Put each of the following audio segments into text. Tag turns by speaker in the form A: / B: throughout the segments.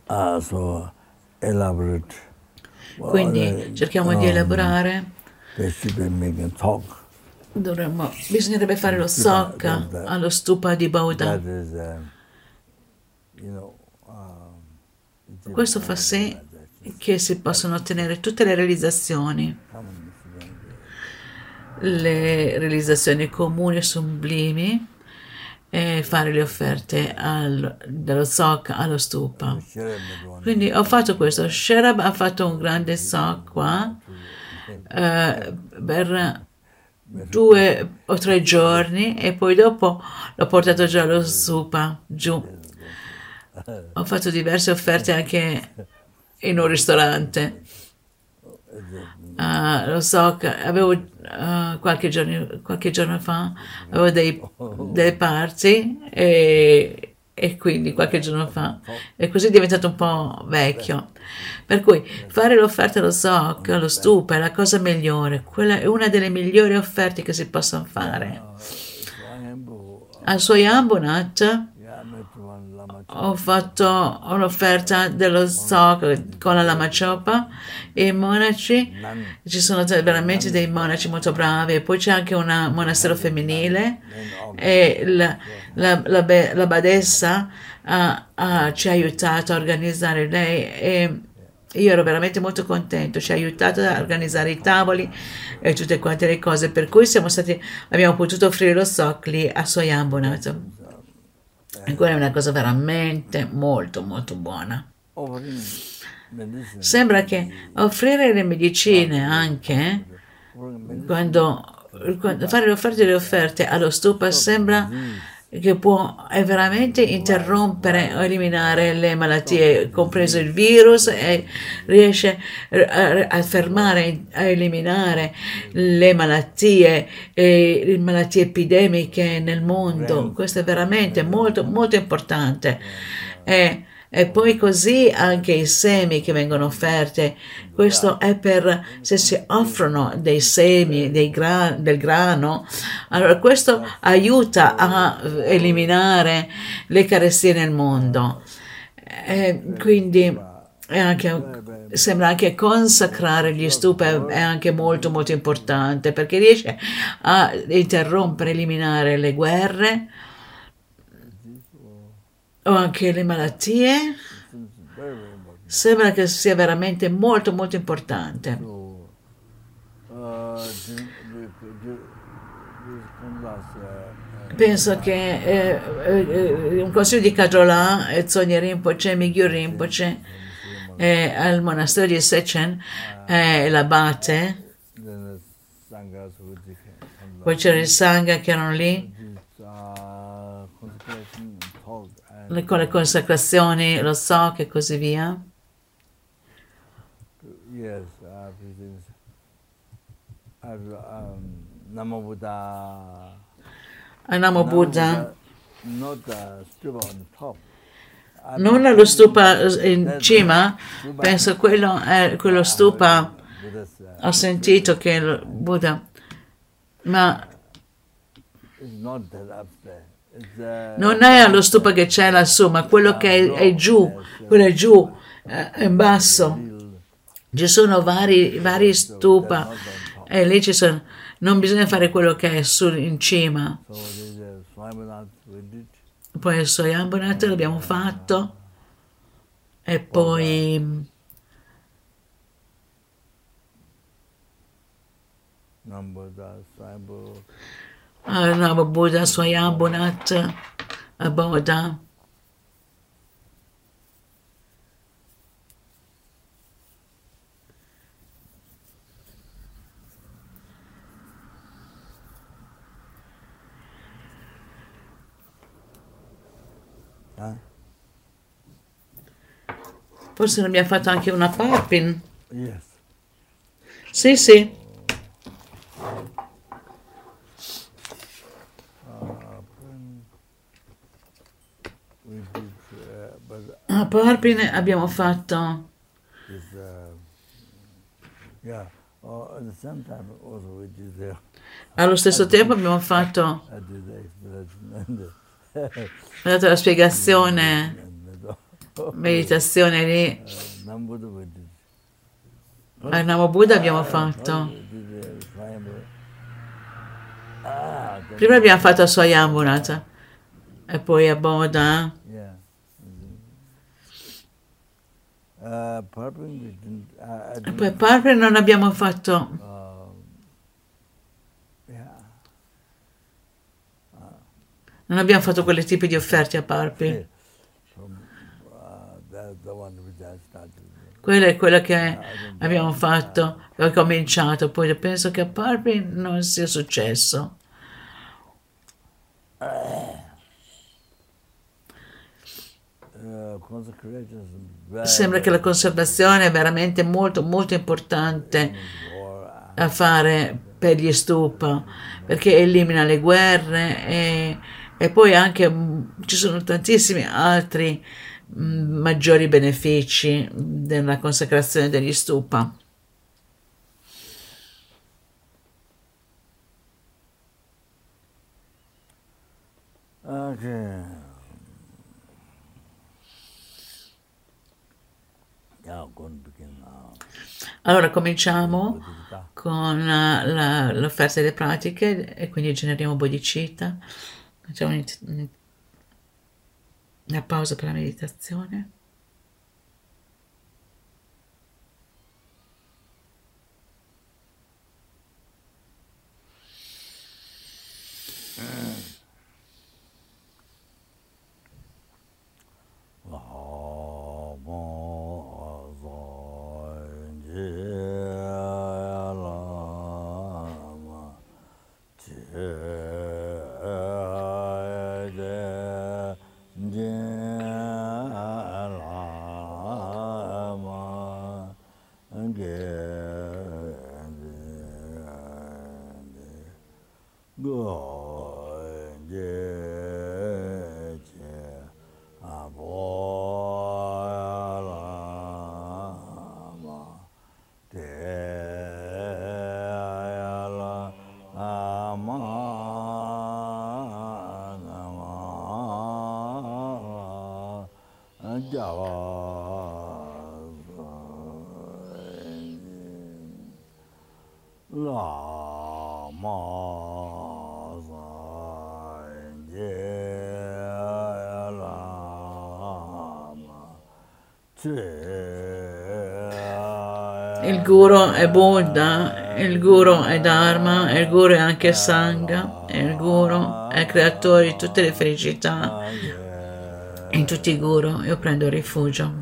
A: so elaborate.
B: Quindi cerchiamo di elaborare.
A: They should be making talk.
B: Bisognerebbe fare lo sokka allo stupa di Buddha.
A: That is, you know,
B: Questo fa sì che si possono ottenere tutte le realizzazioni comuni e sublimi, e fare le offerte dello sokka allo stupa. Quindi ho fatto questo. Sherab ha fatto un grande sokka per 2 o 3 giorni e poi dopo l'ho portato già allo stupa giù. Ho fatto diverse offerte anche in un ristorante. Lo so che avevo qualche giorno fa avevo delle parti e quindi qualche giorno fa e così è diventato un po' vecchio. Per cui fare l'offerta allo sokka, allo stupa è la cosa migliore, quella è una delle migliori offerte che si possono fare. Al Swayambhunath ho fatto un'offerta dello sokka con la Lama Chopa e i monaci, ci sono veramente dei monaci molto bravi, e poi c'è anche un monastero femminile e la badessa ci ha aiutato a organizzare lei e io ero veramente molto contento, ci ha aiutato a organizzare i tavoli e tutte quante le cose, per cui abbiamo potuto offrire lo sokka lì a Swayambhunath. E quella è una cosa veramente molto molto buona. Sembra che offrire le medicine anche, quando fare le offerte allo stupa, sembra che può veramente interrompere o eliminare le malattie, compreso il virus, e riesce a fermare, a eliminare le malattie epidemiche nel mondo. Questo è veramente molto, molto importante. E poi così anche i semi che vengono offerte, questo è se si offrono dei semi, del grano, allora questo aiuta a eliminare le carestie nel mondo. Quindi sembra anche consacrare gli stupa è anche molto molto importante, perché riesce a interrompere, eliminare le guerre o anche le malattie. Sembra che sia veramente molto molto importante. Penso che un consiglio di Kajolà e Tsogye Rinpoche, Migyu Rinpoche al monastero di Sechen, l'abate, poi c'era il Sangha che erano lì con le consacrazioni, lo so, e così via.
A: Yes, Namo Buddha.
B: Namo Buddha.
A: Not stupa on top.
B: Non allo stupa in cima, penso quello stupa, ho sentito che il Buddha, ma non è allo stupa che c'è lassù, ma quello che è giù, quello è giù, in basso. Ci sono vari stupa e lì ci sono, non bisogna fare quello che è in cima. Poi il Swayambhunath l'abbiamo fatto e poi Namo Buddha, Swayambhunath, Bodha. Forse ne abbiamo fatto anche una Parpin.
A: Yes.
B: Sì. A Parpin abbiamo fatto. Allo stesso tempo abbiamo fatto. Ho dato la spiegazione meditazione lì.
A: Nambuddha we did.
B: A Namo Buddha abbiamo fatto. Prima abbiamo fatto a Swayambunatha e poi a Bodha.
A: Yeah. Parping we didn't.
B: E poi a Parpre non abbiamo fatto.
A: Yeah.
B: Non abbiamo fatto quelle tipi di offerte a Parpre.
A: From that's the one which I started.
B: Quella è quella che abbiamo fatto, ho cominciato, poi penso che a Parpre non sia successo. Sembra che la conservazione è veramente molto molto importante da fare per gli stupa, perché elimina le guerre e poi anche ci sono tantissimi altri maggiori benefici della consacrazione degli stupa.
A: Okay.
B: Allora cominciamo con l'offerta delle pratiche e quindi generiamo bodhicitta. Facciamo una pausa per la meditazione. Il Guru è Buddha, il Guru è Dharma, il Guru è anche Sangha, il Guru è il creatore di tutte le felicità. In tutti i Guru io prendo rifugio.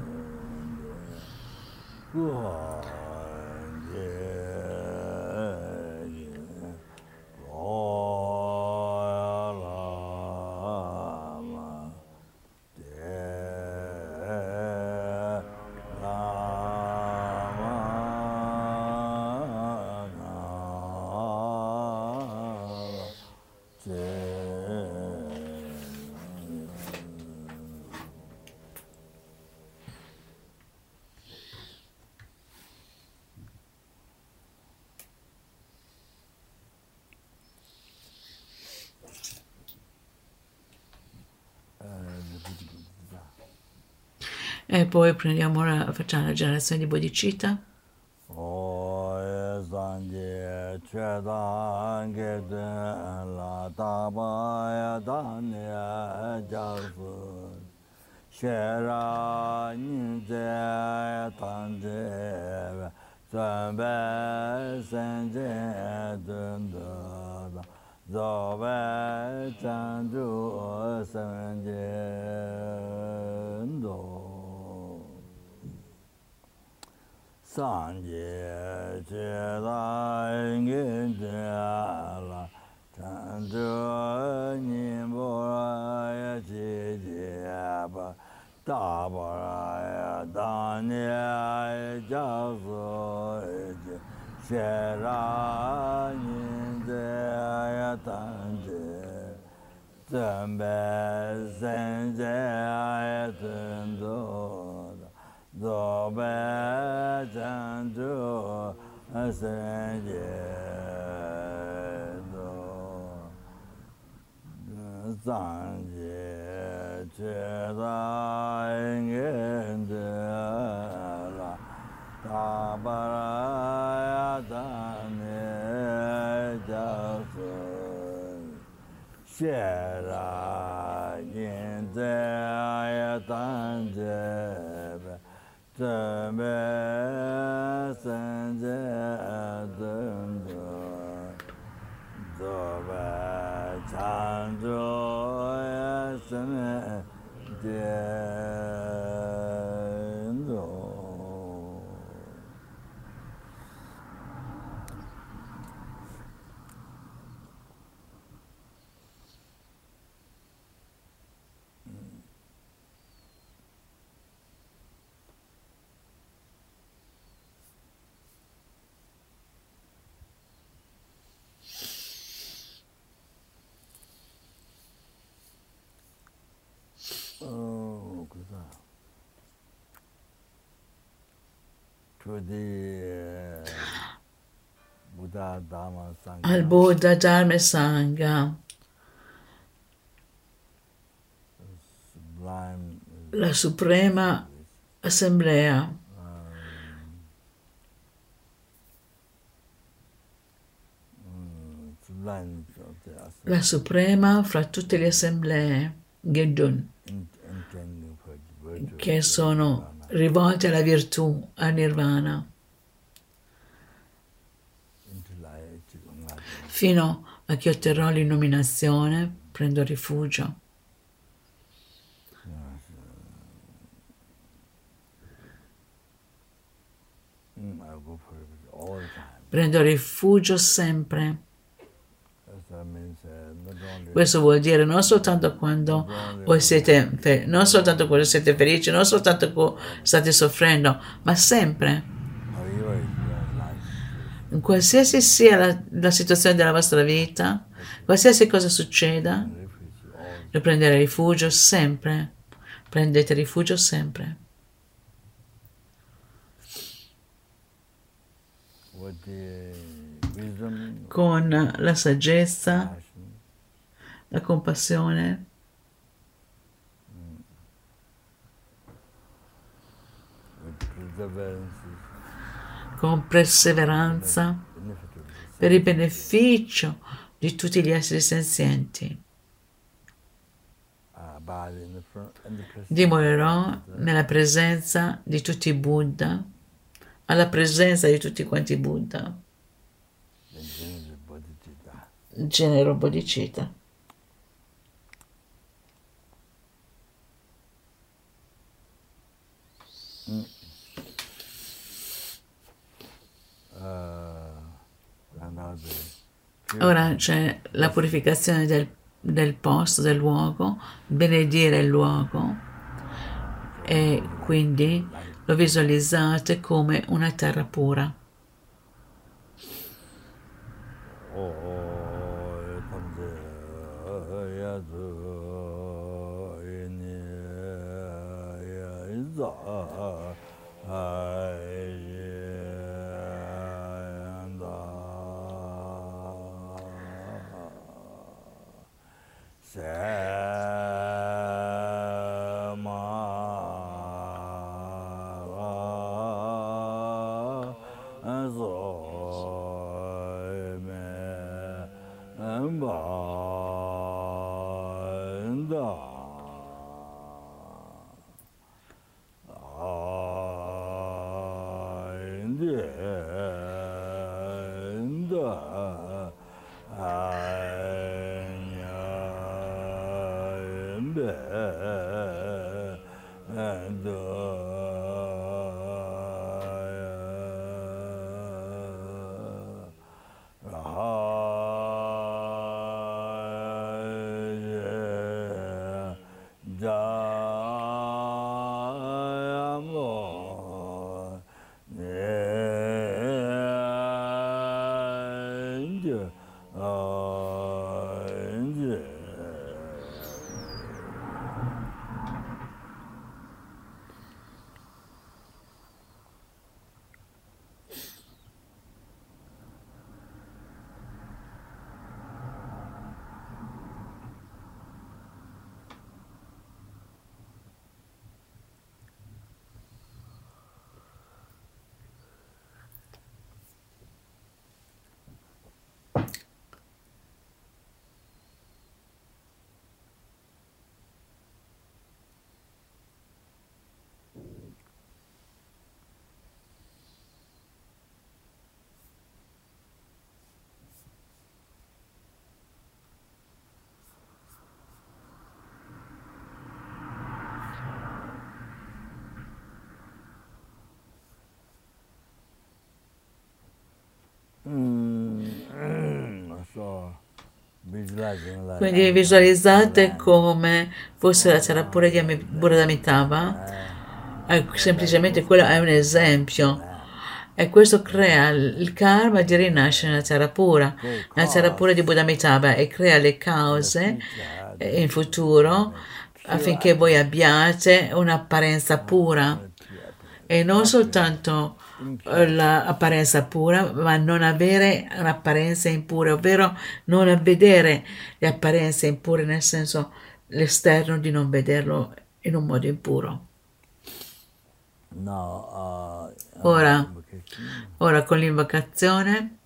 B: E poi facciamo la generazione di bodhicitta.
A: Sanje chela ngin la chandu nimbo ya ji ba da ba ya dan ya ja zo chela nin de ya tan de zambe zen ya ten do do ba jan do asen je do zang je
B: al Buddha, Dharma e Sangha, la Suprema Assemblea, la Suprema fra tutte le assemblee, Gedun, che sono rivolte alla virtù, al Nirvana, fino a che otterrò l'illuminazione, prendo rifugio. Prendo rifugio sempre. Questo vuol dire non soltanto quando voi siete felici, non soltanto quando state soffrendo, ma sempre. In qualsiasi sia la situazione della vostra vita, qualsiasi cosa succeda, devo prendere rifugio sempre. Prendete rifugio sempre. Con la saggezza, la compassione, con perseveranza, per il beneficio di tutti gli esseri senzienti. Dimorerò nella presenza di tutti i Buddha, alla presenza di tutti quanti i Buddha. Genero bodhicitta. Ora c'è la purificazione del posto, del luogo, benedire il luogo, e quindi lo visualizzate come una terra pura. Quindi visualizzate come fosse la Charapura di Buddha Amitabha. Semplicemente quello è un esempio. E questo crea il karma di rinascere nella Charapura, di Buddha Amitabha, e crea le cause in futuro affinché voi abbiate un'apparenza pura e non soltanto l'apparenza pura, ma non avere un'apparenza impura, ovvero non vedere le apparenze impure, nel senso l'esterno di non vederlo in un modo impuro. Ora con l'invocazione,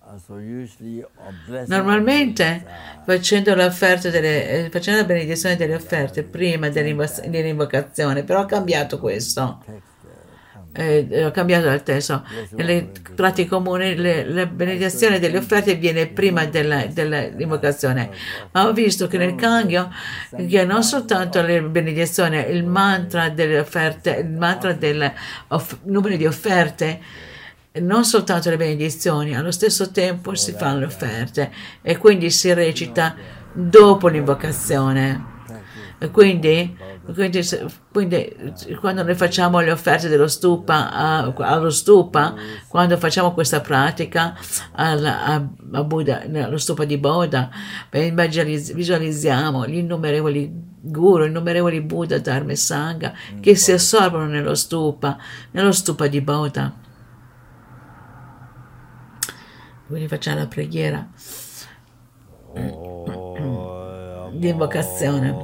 B: normalmente facendo la benedizione delle offerte prima dell'invocazione, però ho cambiato questo. Ho cambiato il testo. Nelle pratiche comuni la benedizione delle offerte viene prima dell'invocazione, ma ho visto che nel Kangyo che non soltanto le benedizioni, il mantra delle offerte, il mantra del numero di offerte, non soltanto le benedizioni, allo stesso tempo si fanno le offerte e quindi si recita dopo l'invocazione. E quindi quando noi facciamo le offerte dello stupa, allo stupa, quando facciamo questa pratica a Buddha, allo stupa di Bodha, visualizziamo gli innumerevoli guru, innumerevoli Buddha, Dharma e Sangha che si assorbono nello stupa di Bodha. Quindi facciamo la preghiera di invocazione.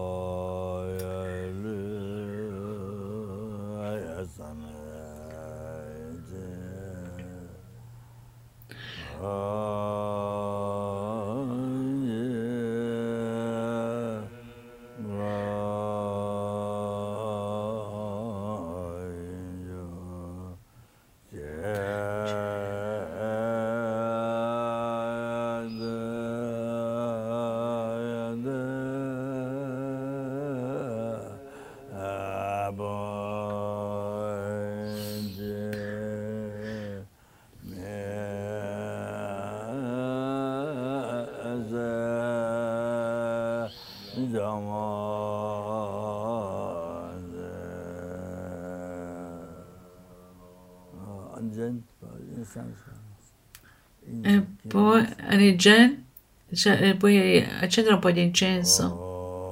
B: E poi Anigen, puoi accendere un po' di incenso.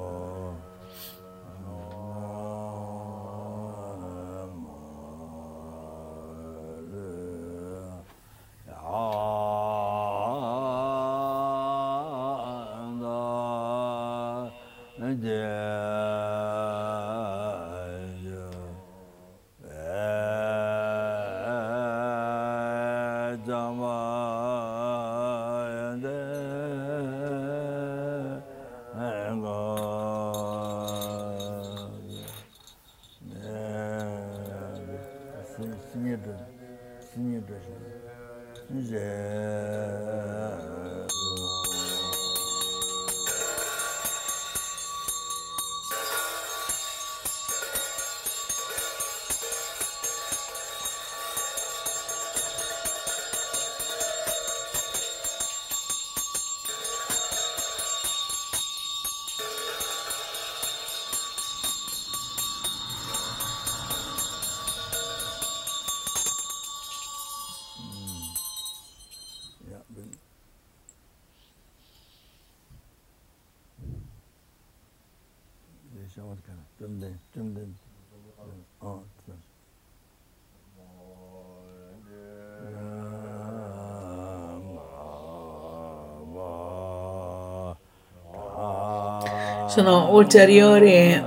B: Sono ulteriori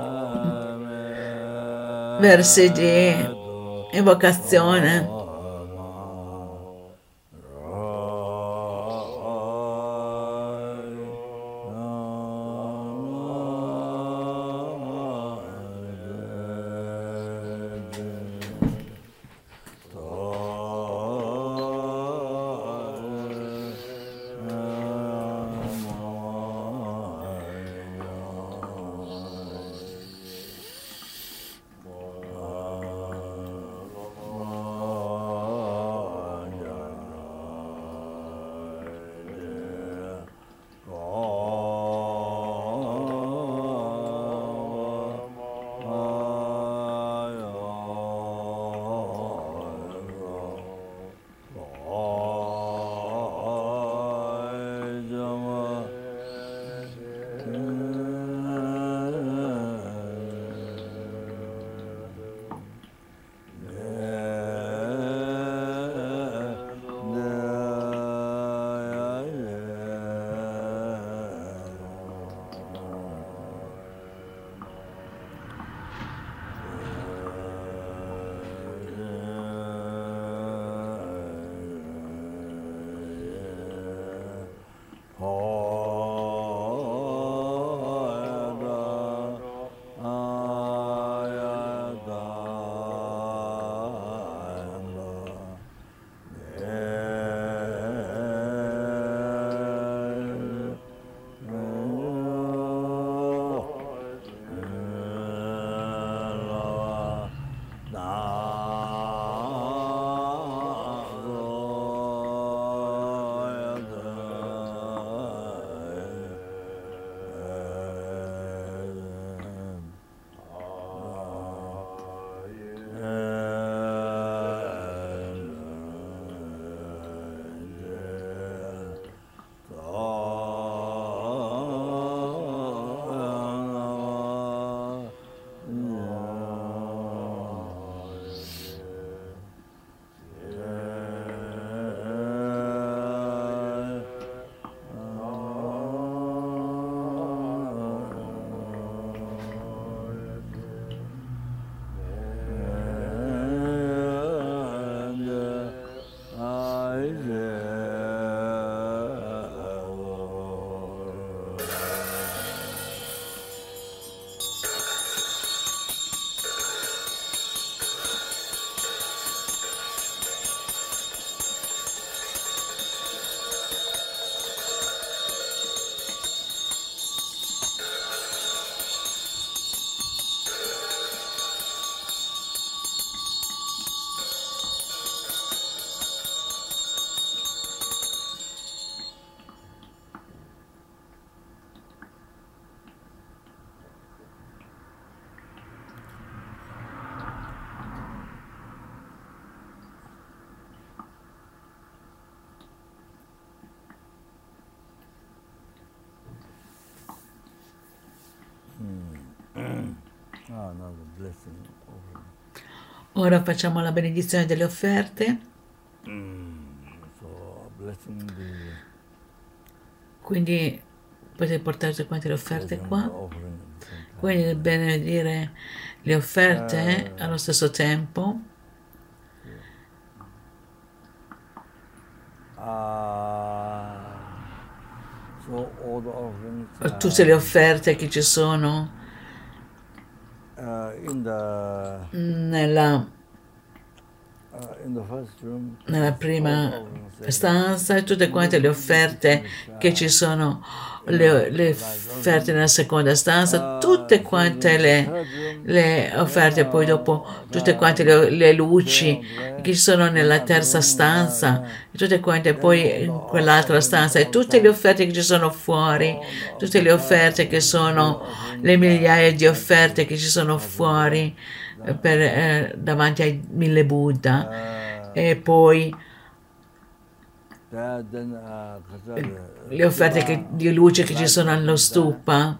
B: versi di invocazione.
A: another blessing offering.
B: Ora facciamo la benedizione delle offerte.
A: So blessing the
B: Quindi potete portare tutte quante le offerte
A: blessing
B: qua.
A: the offering at the same time.
B: Quindi benedire le offerte allo stesso tempo.
A: So all the offerings
B: Tutte le offerte che ci sono
A: in the first room,
B: nella prima stanza e tutte quante le offerte che ci sono, le offerte nella seconda stanza, tutte quante le offerte, poi dopo tutte quante le luci che ci sono nella terza stanza, tutte quante poi in quell'altra stanza e tutte le offerte che ci sono fuori, tutte le offerte che sono le migliaia di offerte che ci sono fuori davanti ai 1000 Buddha e poi le offerte di luce che ci sono allo stupa.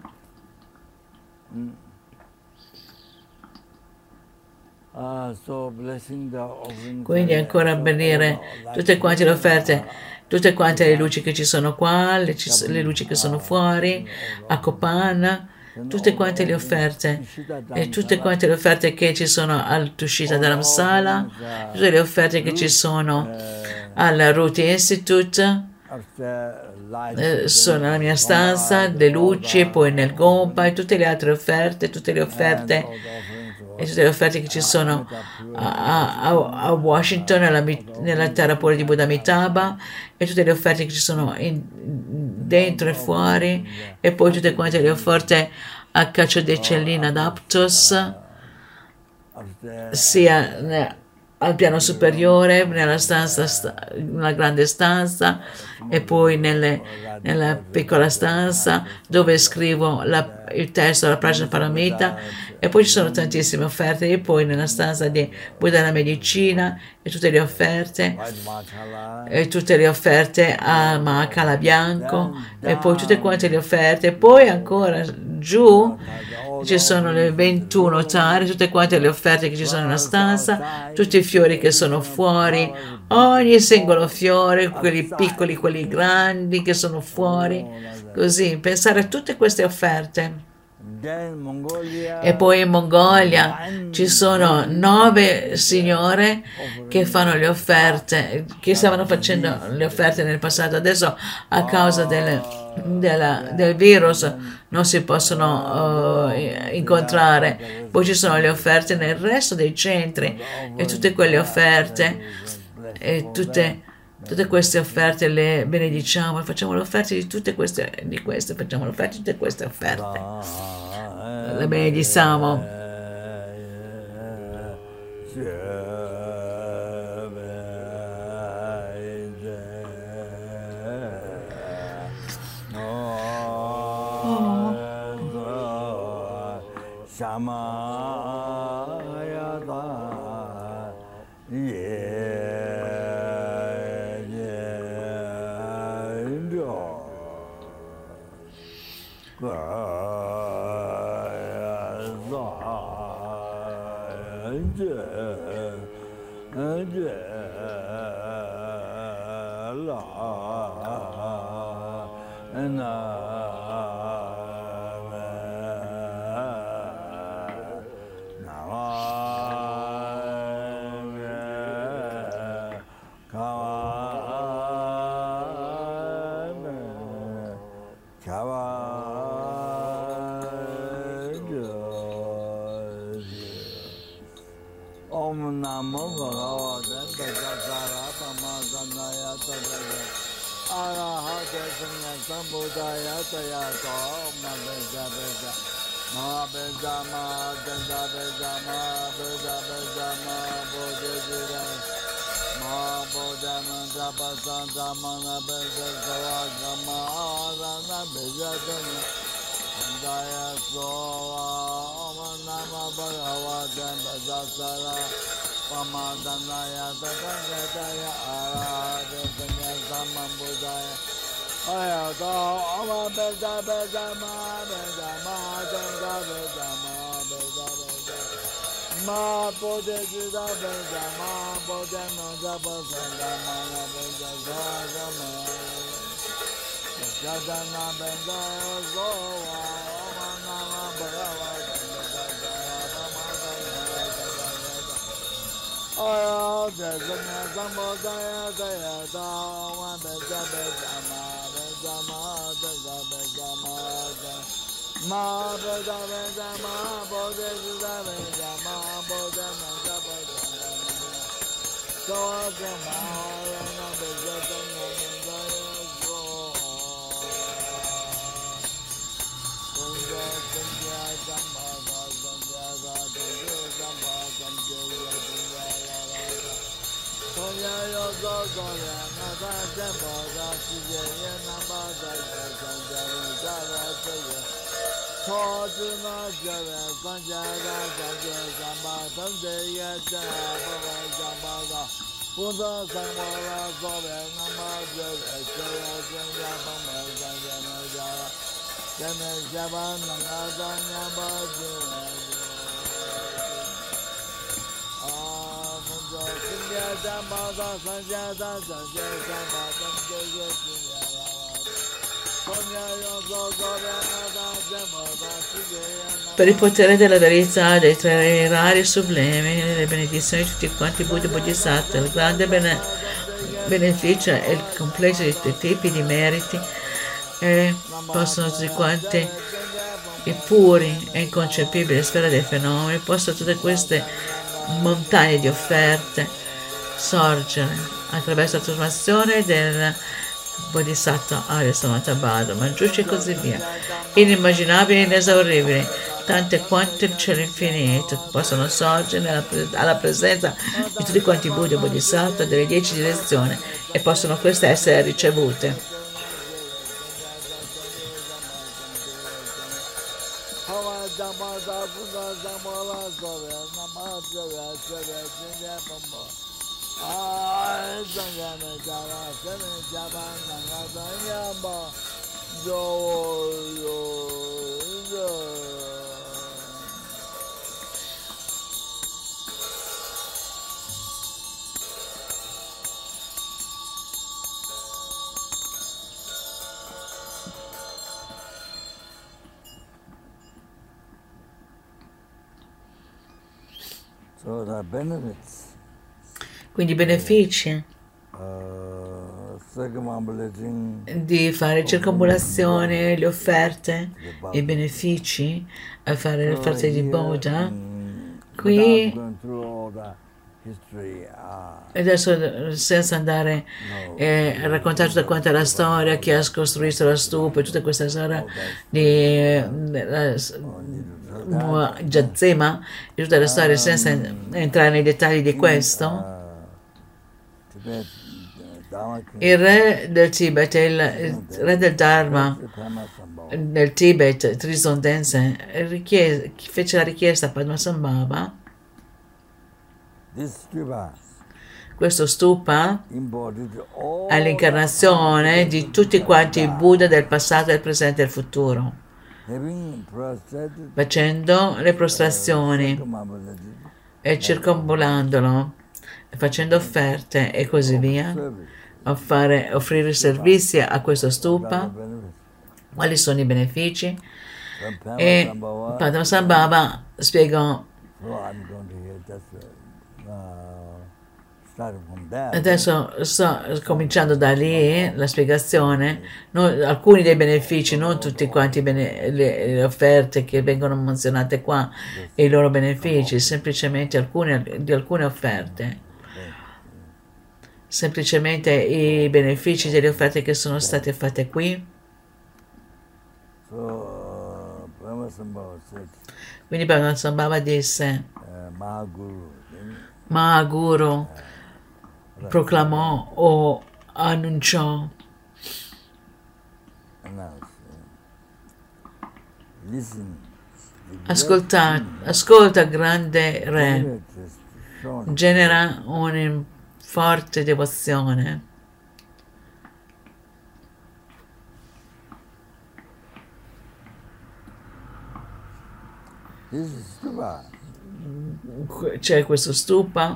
B: Quindi ancora benire tutte quante le offerte, tutte quante le luci che ci sono qua, le luci che sono fuori, a Kopana, tutte quante le offerte e tutte quante le offerte che ci sono al Tushita Dharamsala, tutte le offerte che ci sono al Ruti Institute, sono nella mia stanza, le luci, poi nel Gompa e tutte le altre offerte, tutte le offerte che ci sono a Washington, nella terra pura di Buddha Amitabha e tutte le offerte che ci sono dentro e fuori e poi tutte quante le offerte a Caccio di Cellina ad Aptos, sia al piano superiore, nella grande stanza e poi nella piccola stanza dove scrivo il testo della Prajna Paramita e poi ci sono tantissime offerte e poi nella stanza di Buddha della Medicina e tutte le offerte a Mahakala Bianco e poi tutte quante le offerte e poi ancora giù ci sono le 21 tare, tutte quante le offerte che ci sono nella stanza, tutti i fiori che sono fuori, ogni singolo fiore, quelli piccoli, quelli grandi che sono fuori, così, pensare a tutte queste offerte. E poi in Mongolia ci sono 9 signore che fanno le offerte, che stavano facendo le offerte nel passato, adesso a causa del virus non si possono incontrare. Poi ci sono le offerte nel resto dei centri e tutte quelle offerte e tutte queste offerte le benediciamo e facciamo le offerte di tutte queste, facciamo le offerte di tutte queste offerte. Le benediciamo.
A: Ma pote Sita Benja Ma pote Manza Pasanga Mana Benja Saka Jadana Benja Yosowa Omanama Bhagavata Aya Jazanya Sambodaya Daya Dawa Benja Benja Ma Benja Ma Benja Benja Ma Ma Benja Benja Ma Pote Sita Benja Ma Pote Manza Pasanga Soka Ma Yana Benja Benja Benja Yosowa Kunja Kunja Sambhava Kunja Kunja Sambhava Kunja Kunja Yoga Goya Nada Sambhava Sije Nama Daya Kunja Jara Jaya Choduna Jara Kunja Kunja Sambhava Kunja Jara Sambhava Kunja Sambhava Goya Nama Jara Jaya Kunja Sambhava Jara Jana Jabana Adanya Badu Munjo Sindhya Jambada Sanjada Sanjaya Jambada Sanjaya Sinyara Sonya Yoso Gorenada Jambada Sigaya
B: Per il potere della verità, dei tre rari sublimi, le benedizioni di tutti quanti Buddha e Bodhisattva, il grande beneficio e il complesso di tutti i tipi di meriti possono tutti quanti i puri e inconcepibili sfere dei fenomeni, possono tutte queste montagne di offerte sorgere attraverso la trasformazione del Bodhisattva Arya Samatabhadra, Manjushri e così via, inimmaginabili e inesauribili, tante quante il cielo infinito che possono sorgere alla presenza di tutti quanti Buddha e Bodhisattva delle 10 direzioni e possono queste essere ricevute.
A: So the benefits,
B: Quindi i benefici
A: circumambulating
B: di fare circumambulazione, le offerte, i benefici a fare le offerte di Bodha. Qui,
A: going through all the history,
B: adesso senza andare a raccontare tutta quanta la storia, chi ha costruito la stupa e tutta questa storia di Jazema, di tutte le storie senza entrare nei dettagli di questo,
A: Tibet, Dharma King,
B: il re del Tibet, il re del Dharma nel Tibet, Trisondense, fece la richiesta a Padmasambhava.
A: this stupa
B: Questo stupa
A: embodied all
B: è l'incarnazione di tutti quanti i Buddha del passato, del presente e del futuro,
A: having prostrated
B: facendo le prostrazioni
A: circumambulated
B: e circonambulandolo, facendo offerte e così via,
A: service.
B: offrire servizi a questo stupa.
A: Benefits.
B: Quali sono i benefici?
A: From
B: E
A: Padmasambhava,
B: Padmasambhava spiegò.
A: so I'm going to hear just starting from there.
B: Adesso cominciando da lì la spiegazione, alcuni dei benefici, non tutti quanti le offerte che vengono menzionate qua e i loro benefici, semplicemente di alcune offerte, semplicemente i benefici delle offerte che sono state fatte qui.
A: So Padmasambhava said,
B: Quindi Padmasambhava disse,
A: Mahaguru,
B: Mahaguru proclamò o annunciò,
A: announced, listen,
B: ascolta grande re,
A: Spirit is shown
B: genera una forte devozione.
A: this is stupa.
B: c'è questo stupa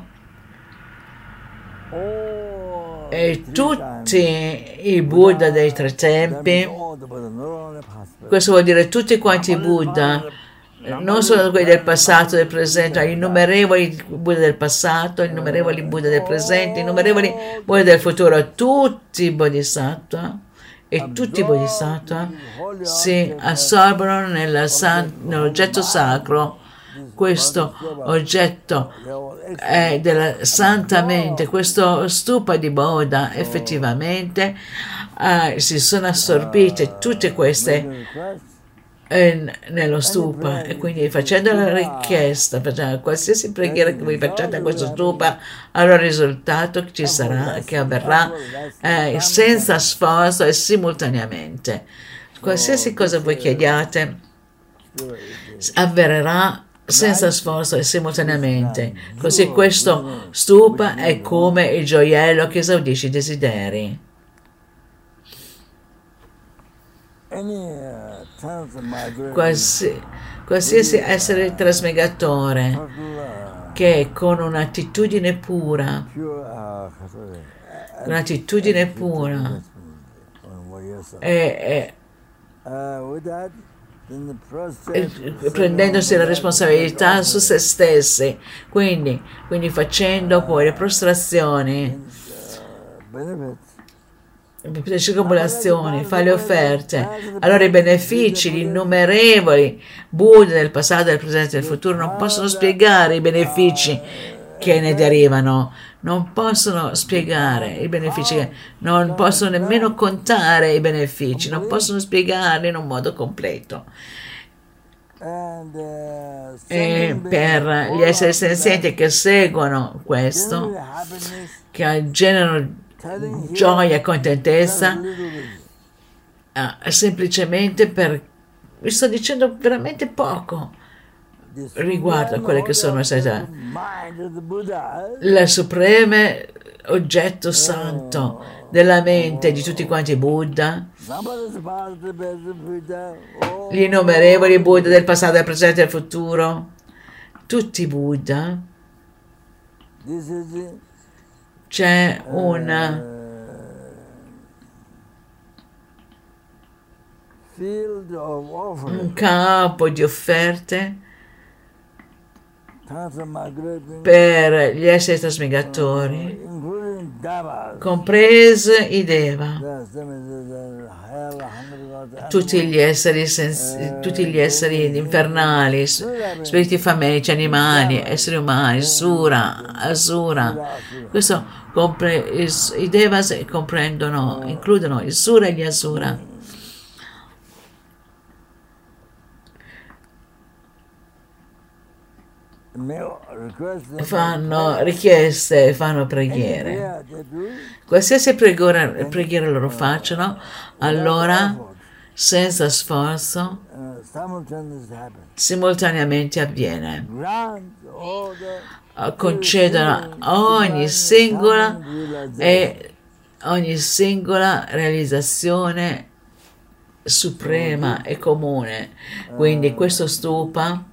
B: e tutti i Buddha dei tre tempi, questo vuol dire tutti quanti i Buddha, non solo quelli del passato, del presente, innumerevoli Buddha del passato, innumerevoli Buddha del presente, innumerevoli Buddha del futuro, tutti i Bodhisattva e tutti i Bodhisattva si assorbono nell'oggetto sacro. Questo oggetto è della santa mente, questo stupa di Bodha effettivamente si sono assorbite tutte queste nello stupa, e quindi facendo la richiesta, facendo qualsiasi preghiera che voi facciate a questo stupa, allora il risultato che ci sarà, che avverrà senza sforzo e simultaneamente. Qualsiasi cosa voi chiediate avverrà senza sforzo e simultaneamente. Così questo stupa è come il gioiello che esaudisce i desideri. Qualsiasi essere trasmigratore che con un'attitudine pura, prendendosi la responsabilità su se stessi, quindi facendo poi le prostrazioni, le circolazioni, fa le offerte, allora i benefici, gli innumerevoli Buddha del passato, del presente e del futuro non possono spiegare i benefici che ne derivano, non possono spiegare i benefici, non possono nemmeno contare i benefici, non possono spiegarli in un modo completo. E per gli esseri senzienti che seguono questo, che generano gioia e contentezza, semplicemente vi sto dicendo veramente poco riguardo a quelle che sono state le supreme oggetto santo della mente di tutti quanti i Buddha, gli innumerevoli Buddha del passato, del presente e del futuro, tutti i Buddha. C'è un campo di offerte per gli esseri trasmigratori, compresi i Deva, tutti gli esseri infernali, spiriti famelici, animali, esseri umani, Sura, Asura. Questo i Devas includono il Sura e gli Asura. Fanno richieste, fanno preghiere. Qualsiasi preghiera loro facciano, allora senza sforzo simultaneamente avviene. Concedono ogni singola realizzazione suprema e comune. Quindi questo stupa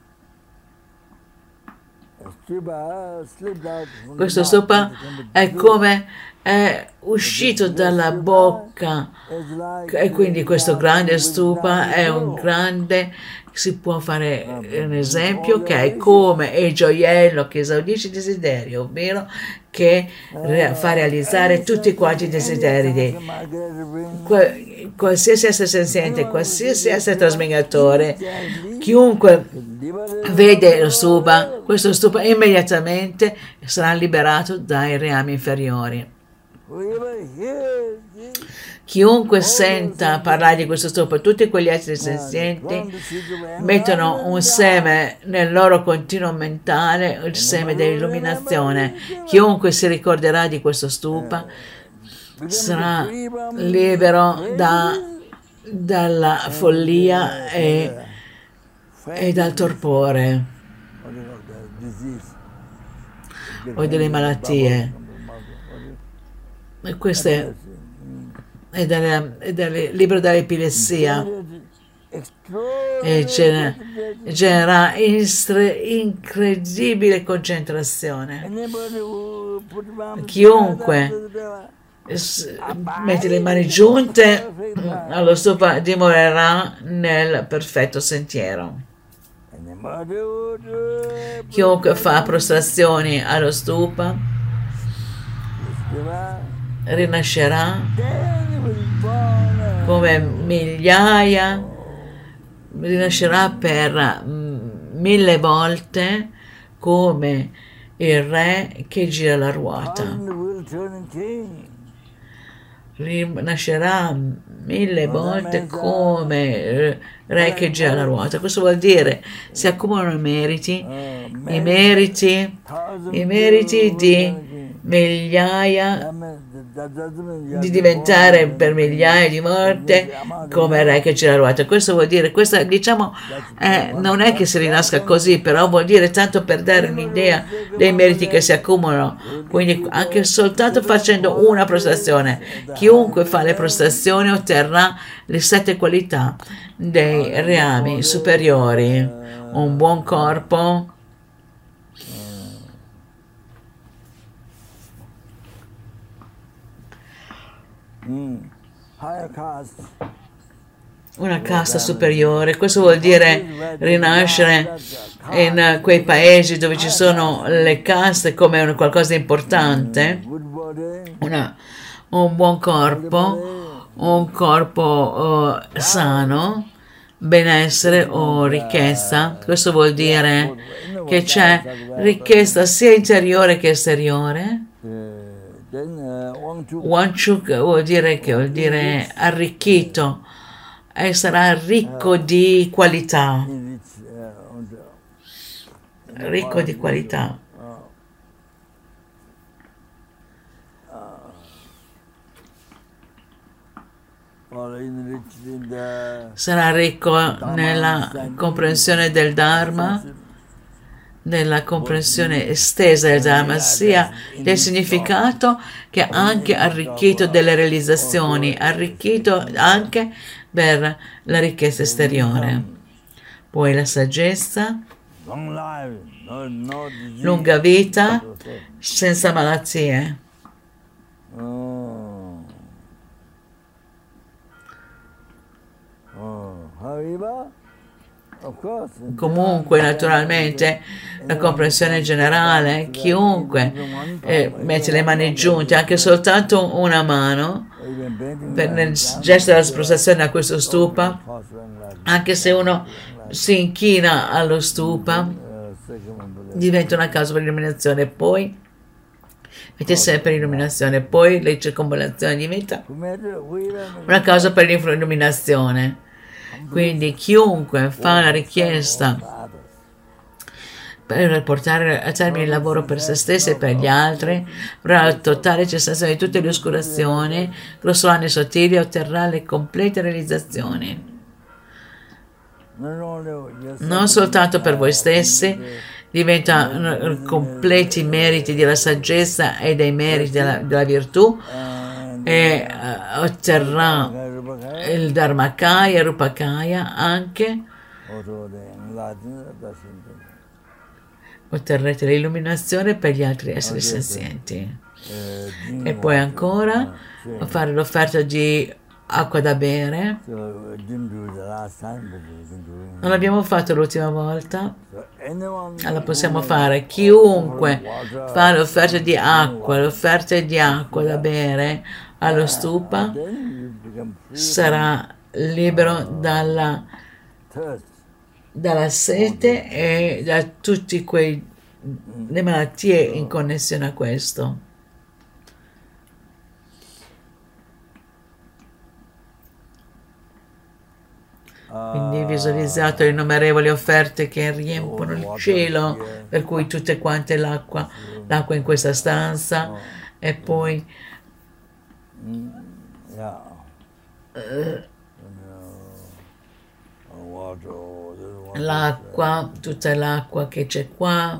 B: è come è uscito dalla bocca, e quindi questo grande stupa è un grande, si può fare un esempio che è come il gioiello che esaudisce i desideri, ovvero che fa realizzare tutti quanti i desideri qualsiasi essere senziente, qualsiasi essere trasmigratore, chiunque vede lo stupa, questo stupa immediatamente sarà liberato dai reami inferiori. Chiunque senta parlare di questo stupa, tutti quegli esseri senzienti mettono un seme nel loro continuo mentale, il seme dell'illuminazione. Chiunque si ricorderà di questo stupa sarà libero dalla follia e dal torpore o delle malattie. E questo è libero dall'epilessia. e genererà incredibile concentrazione. Chiunque mette le mani giunte allo stupa dimorerà nel perfetto sentiero. Chiunque fa prostrazioni allo stupa rinascerà come migliaia, rinascerà per 1000 volte come il re che gira la ruota. Rinascerà 1000 volte come re che gira la ruota. Questo vuol dire si accumulano i meriti di migliaia, di diventare per migliaia di volte come re che gira la ruota. Questo vuol dire, questa, diciamo, non è che si rinasca così, però vuol dire tanto per dare un'idea dei meriti che si accumulano. Quindi anche soltanto facendo una prostrazione, chiunque fa le prostrazioni otterrà le 7 qualità dei reami superiori: un buon corpo, una casta superiore. Questo vuol dire rinascere in quei paesi dove ci sono le caste come qualcosa di importante, un buon corpo, un corpo sano, benessere o ricchezza. Questo vuol dire che c'è ricchezza sia interiore che esteriore. Wanchuk vuol dire arricchito, e sarà ricco di qualità. Ricco di qualità. Sarà ricco nella comprensione del Dharma, nella comprensione estesa del Dharma, sia del significato che anche arricchito delle realizzazioni, arricchito anche per la ricchezza esteriore. Poi la saggezza, lunga vita senza malattie. Comunque, naturalmente, la comprensione generale, chiunque mette le mani giunte, anche soltanto una mano, nel gesto della prostrazione a questo stupa, anche se uno si inchina allo stupa, diventa una causa per l'illuminazione. Poi mette sempre l'illuminazione, poi le circonvallazioni diventa una causa per l'illuminazione. Quindi chiunque fa una richiesta per portare a termine il lavoro per se stessi e per gli altri, avrà la totale cessazione di tutte le oscurazioni, grossolane e sottili, e otterrà le complete realizzazioni. Non soltanto per voi stessi, diventano completi i meriti della saggezza e dei meriti della virtù, e otterrà il Dharmakaya e Rupakaya anche. Otterrete l'illuminazione per gli altri esseri senzienti. E poi ancora fare l'offerta di acqua da bere. Non l'abbiamo fatto l'ultima volta, la possiamo fare. Chiunque fa l'offerta di acqua da bere allo stupa sarà libero dalla sete e da tutte le malattie in connessione a questo. Quindi visualizzate le innumerevoli offerte che riempiono il cielo, per cui tutte quante l'acqua in questa stanza, e poi l'acqua, tutta l'acqua che c'è qua,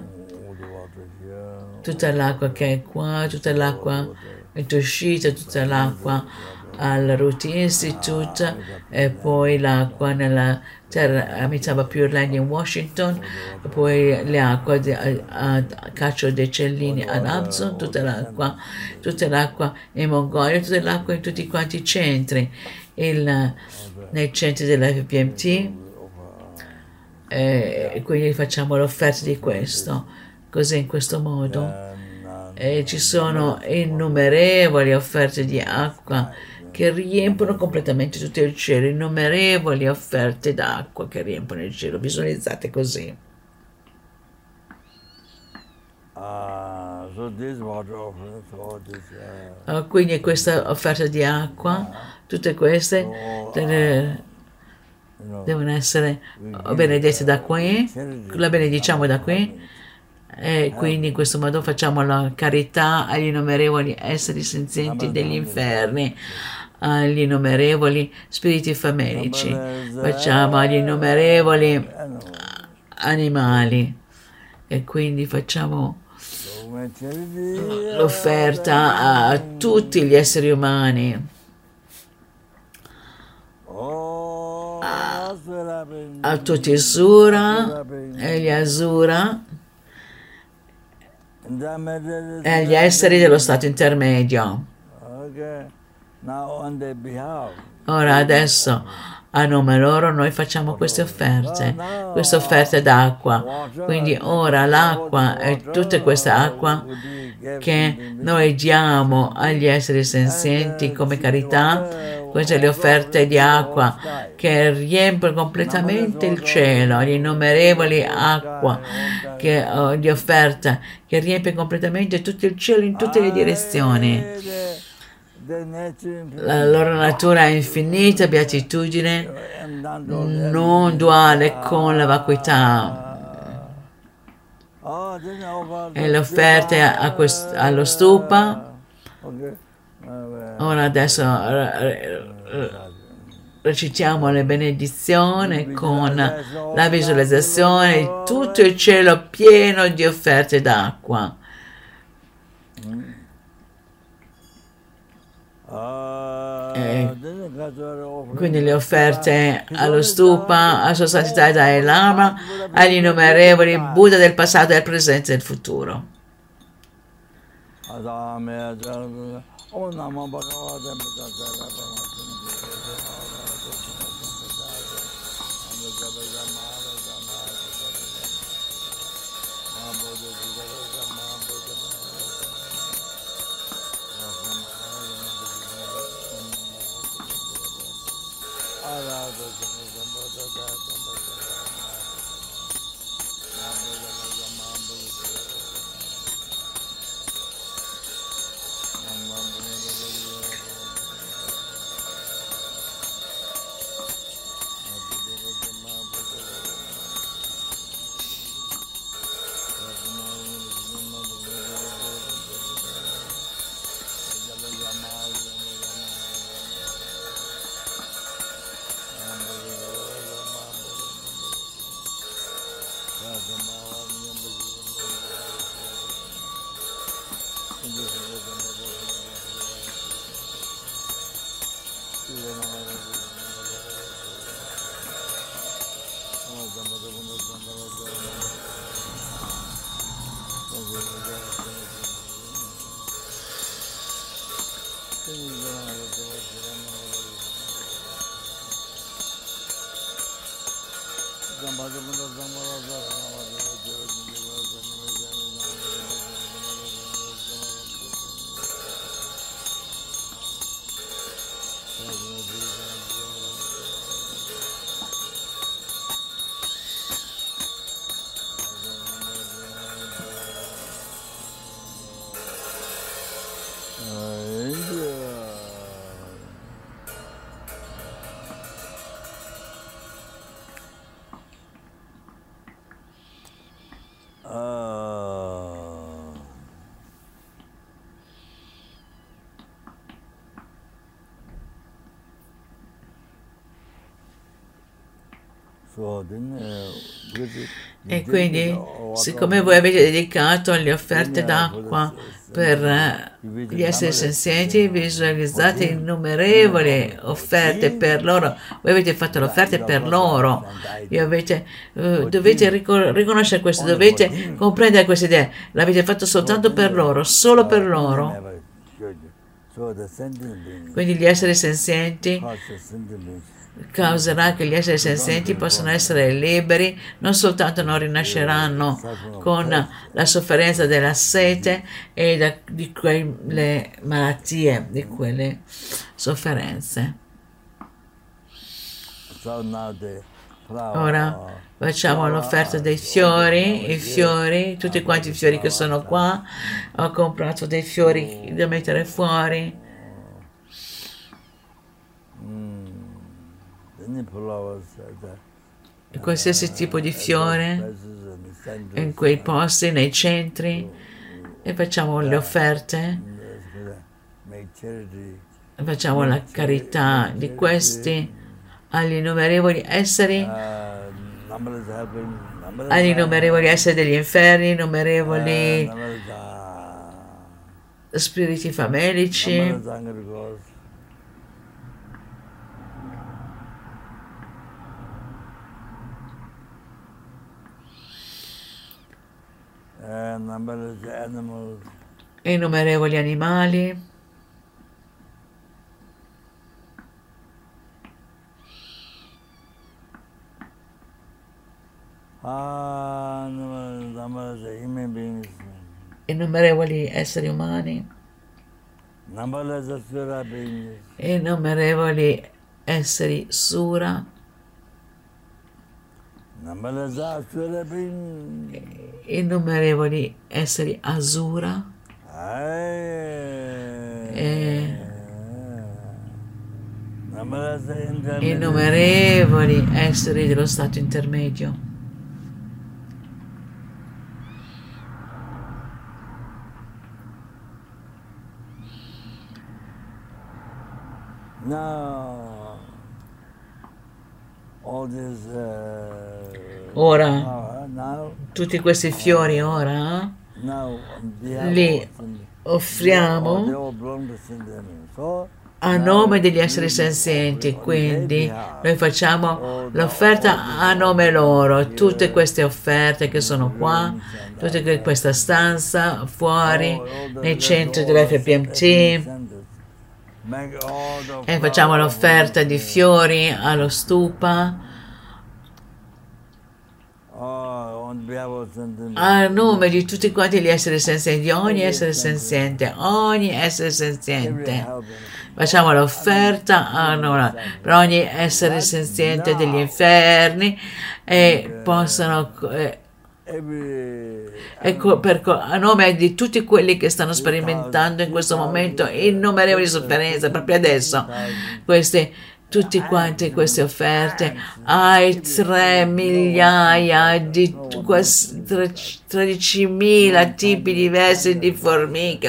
B: tutta l'acqua che è qua, tutta l'acqua che è uscita, tutta l'acqua al Ruti Institute e poi l'acqua nella terra abitava più Orlando in Washington, e poi le acque a Caccio dei Cellini ad Abson, tutta l'acqua in Mongolia, tutta l'acqua in tutti quanti i centri, nei centri dell'FPMT, e quindi facciamo l'offerta di questo, così in questo modo. E ci sono innumerevoli offerte di acqua che riempiono completamente tutto il cielo, innumerevoli offerte d'acqua che riempiono il cielo, visualizzate così. Quindi questa offerta di acqua, tutte queste devono essere benedette da qui, la benediciamo da qui. E quindi in questo modo facciamo la carità agli innumerevoli esseri senzienti degli inferni, agli innumerevoli spiriti famelici, facciamo agli innumerevoli animali e quindi facciamo l'offerta a tutti gli esseri umani, a tutti i Sura e gli Asura e agli esseri dello stato intermedio. Ora adesso a nome loro noi facciamo queste offerte d'acqua. Quindi ora l'acqua e tutta questa acqua che noi diamo agli esseri senzienti come carità, queste le offerte di acqua che riempiono completamente il cielo, gli innumerevoli acqua di offerta che riempie completamente tutto il cielo in tutte le direzioni. La loro natura è infinita, beatitudine, non duale con la vacuità. E le offerte allo stupa. Ora adesso recitiamo le benedizioni con la visualizzazione di tutto il cielo pieno di offerte d'acqua. Quindi le offerte allo stupa, a Sua Santità Dalai Lama, agli innumerevoli Buddha del passato, del presente e del futuro. E quindi, siccome voi avete dedicato le offerte d'acqua per gli esseri senzienti, visualizzate innumerevoli offerte per loro, voi avete fatto le offerte per loro, dovete riconoscere questo, dovete comprendere questa idea, l'avete fatto soltanto per loro, solo per loro. Quindi gli esseri senzienti causerà che gli esseri senzienti possano essere liberi, non soltanto non rinasceranno con la sofferenza della sete e di quelle malattie, di quelle sofferenze. Ora facciamo l'offerta dei fiori, i fiori, tutti quanti i fiori che sono qua. Ho comprato dei fiori da mettere fuori. Qualsiasi tipo di fiore in quei posti, nei centri, e facciamo le offerte, facciamo la carità di questi agli innumerevoli esseri degli inferni, innumerevoli spiriti famelici, innumerevoli animali, innumerevoli esseri umani, innumerevoli esseri sura, innumerevoli esseri asura, innumerevoli esseri dello stato intermedio. Ora, tutti questi fiori ora li offriamo a nome degli esseri senzienti, quindi noi facciamo l'offerta a nome loro, tutte queste offerte che sono qua, tutta questa stanza, fuori, nei centri dell'FPMT, e facciamo l'offerta di fiori allo stupa, a nome di tutti quanti gli esseri senzienti, di ogni essere senziente, facciamo l'offerta per ogni essere senziente degli inferni e possano a nome di tutti quelli che stanno sperimentando in questo momento innumerevoli sofferenze proprio adesso, tutti quanti queste offerte ai 3 migliaia di 13.000 tipi diversi di formiche,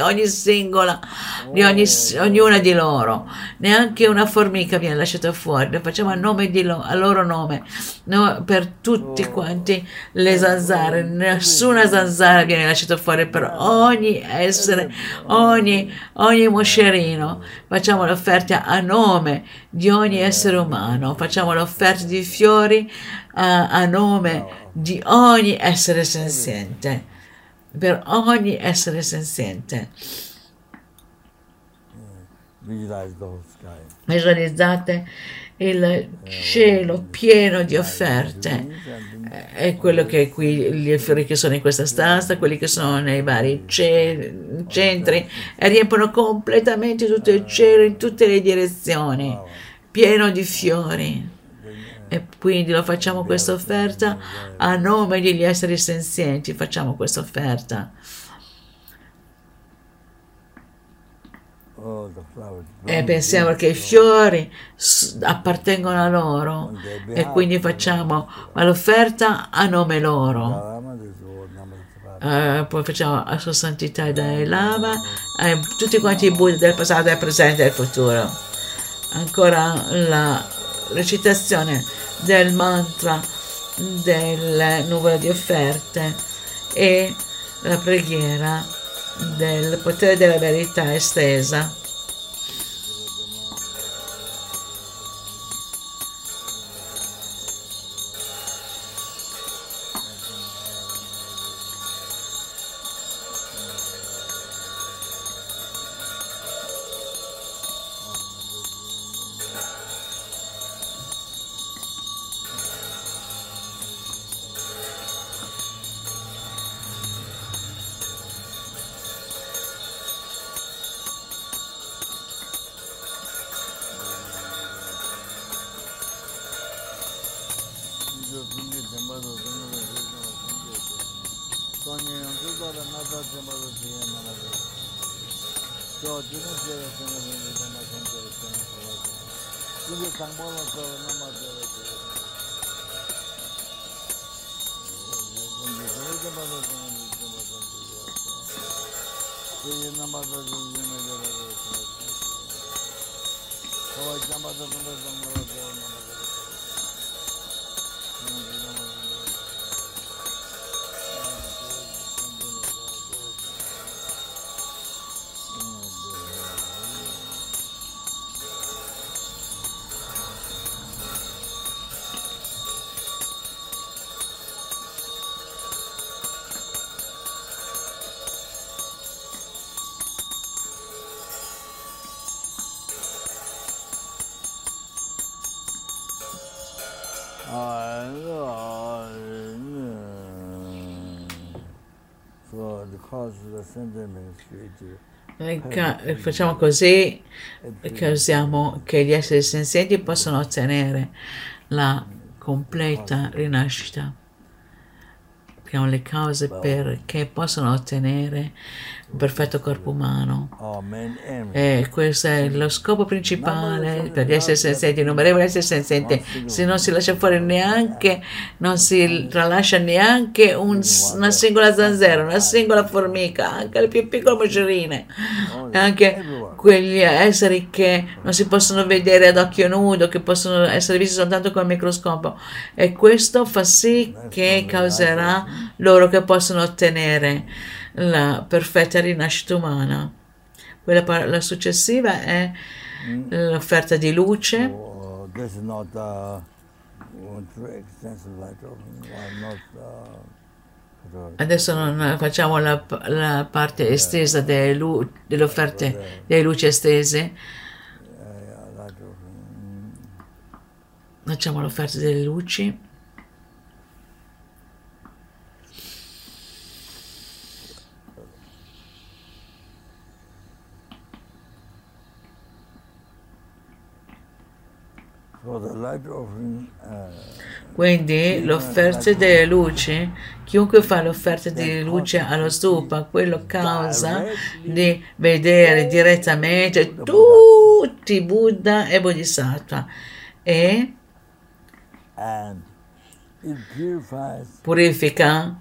B: ognuna di loro, neanche una formica viene lasciata fuori, lo facciamo a nome a loro nome, per tutti quanti le zanzare, nessuna zanzara viene lasciata fuori per ogni essere, ogni moscerino, facciamo le offerte a nome di ogni essere umano, facciamo l'offerta di fiori a nome di ogni essere senziente, per ogni essere senziente. Visualizzate il cielo pieno di offerte, è quello che è qui, gli fiori che sono in questa stanza, quelli che sono nei vari centri, e riempiono completamente tutto il cielo in tutte le direzioni, pieno di fiori. E quindi lo facciamo questa offerta a nome degli esseri senzienti, facciamo questa offerta. E pensiamo che i fiori appartengono a loro e quindi facciamo l'offerta a nome loro. Poi facciamo a Sua Santità Dalai Lama, tutti quanti i Buddha del passato, del presente e del futuro. Ancora la recitazione del mantra del numero di offerte e la preghiera del potere della verità estesa. Facciamo così che usiamo che gli esseri senzienti possono ottenere la completa rinascita. Abbiamo le cause perché possono ottenere un perfetto corpo umano. E questo è lo scopo principale per gli esseri senzienti, innumerevoli esseri senzienti. Se non si lascia fuori neanche, non si tralascia neanche una singola zanzara, una singola formica, anche le più piccole moscerine, anche quegli esseri che non si possono vedere ad occhio nudo, che possono essere visti soltanto con il microscopio. E questo fa sì che causerà loro che possono ottenere la perfetta rinascita umana. La successiva è l'offerta di luce. Adesso non facciamo la parte estesa delle offerte delle luci estese. Facciamo l'offerta delle luci. Quindi l'offerta delle luci, chiunque fa l'offerta di luce allo stupa, quello causa di vedere direttamente tutti Buddha e Bodhisattva e purifica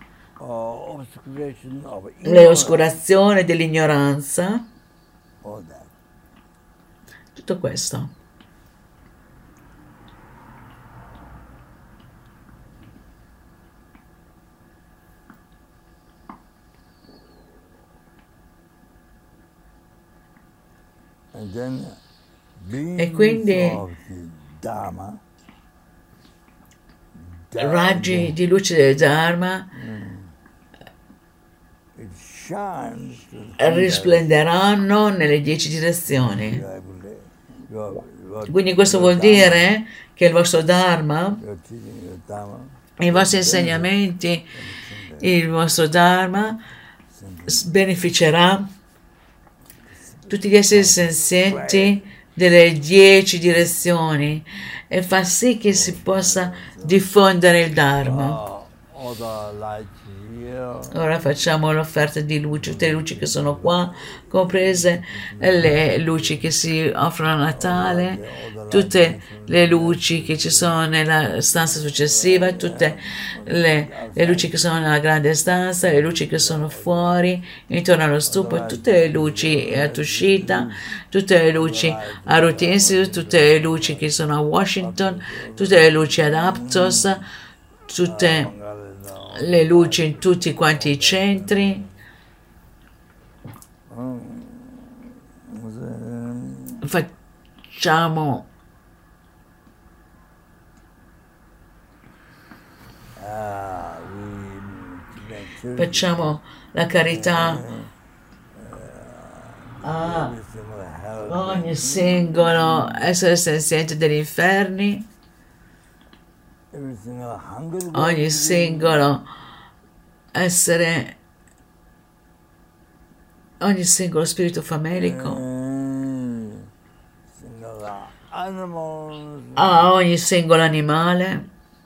B: le oscurazioni dell'ignoranza, tutto questo. E quindi raggi di luce del Dharma risplenderanno nelle 10 direzioni. Quindi questo vuol dire che il vostro Dharma, i vostri insegnamenti, il vostro Dharma beneficerà tutti gli esseri senzienti delle 10 direzioni e fa sì che si possa diffondere il Dharma. Ora facciamo l'offerta di luce, tutte le luci che sono qua, comprese le luci che si offrono a Natale, tutte le luci che ci sono nella stanza successiva, tutte le luci che sono nella grande stanza, le luci che sono fuori, intorno allo stupo, tutte le luci a Tushita, tutte le luci a Ruth, tutte le luci che sono a Washington, tutte le luci ad Aptos, tutte le luci in tutti quanti i centri. Facciamo la carità a ogni singolo essere senziente degli inferni, ogni singolo essere, ogni singolo spirito famelico, a ogni singolo animale,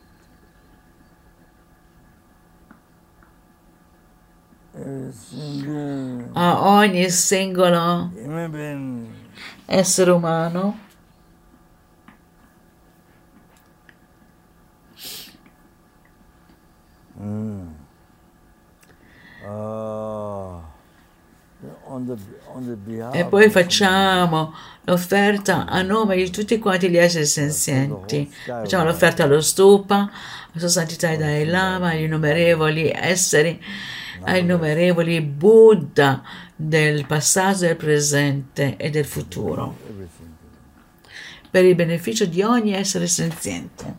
B: a ogni singolo essere umano, e poi facciamo l'offerta a nome di tutti quanti gli esseri senzienti. Facciamo l'offerta allo stupa, alla sua santità e Dalai Lama, agli innumerevoli esseri, ai innumerevoli Buddha del passato, del presente e del futuro, per il beneficio di ogni essere senziente.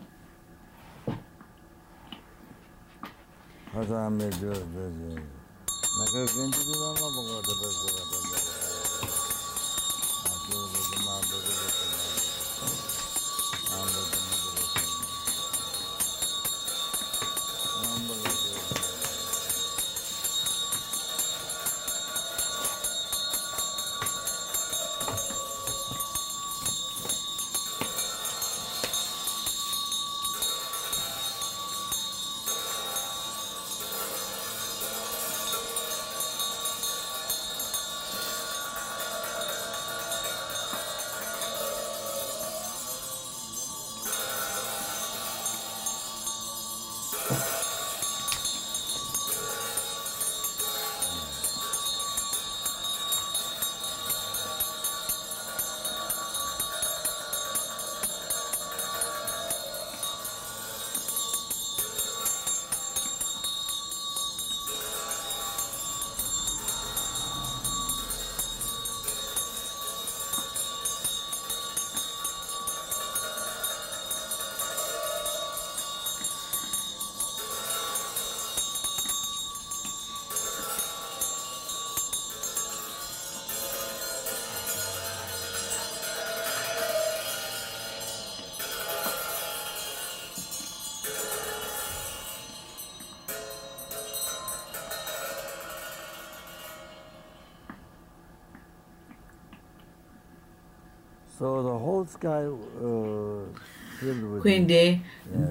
B: Quindi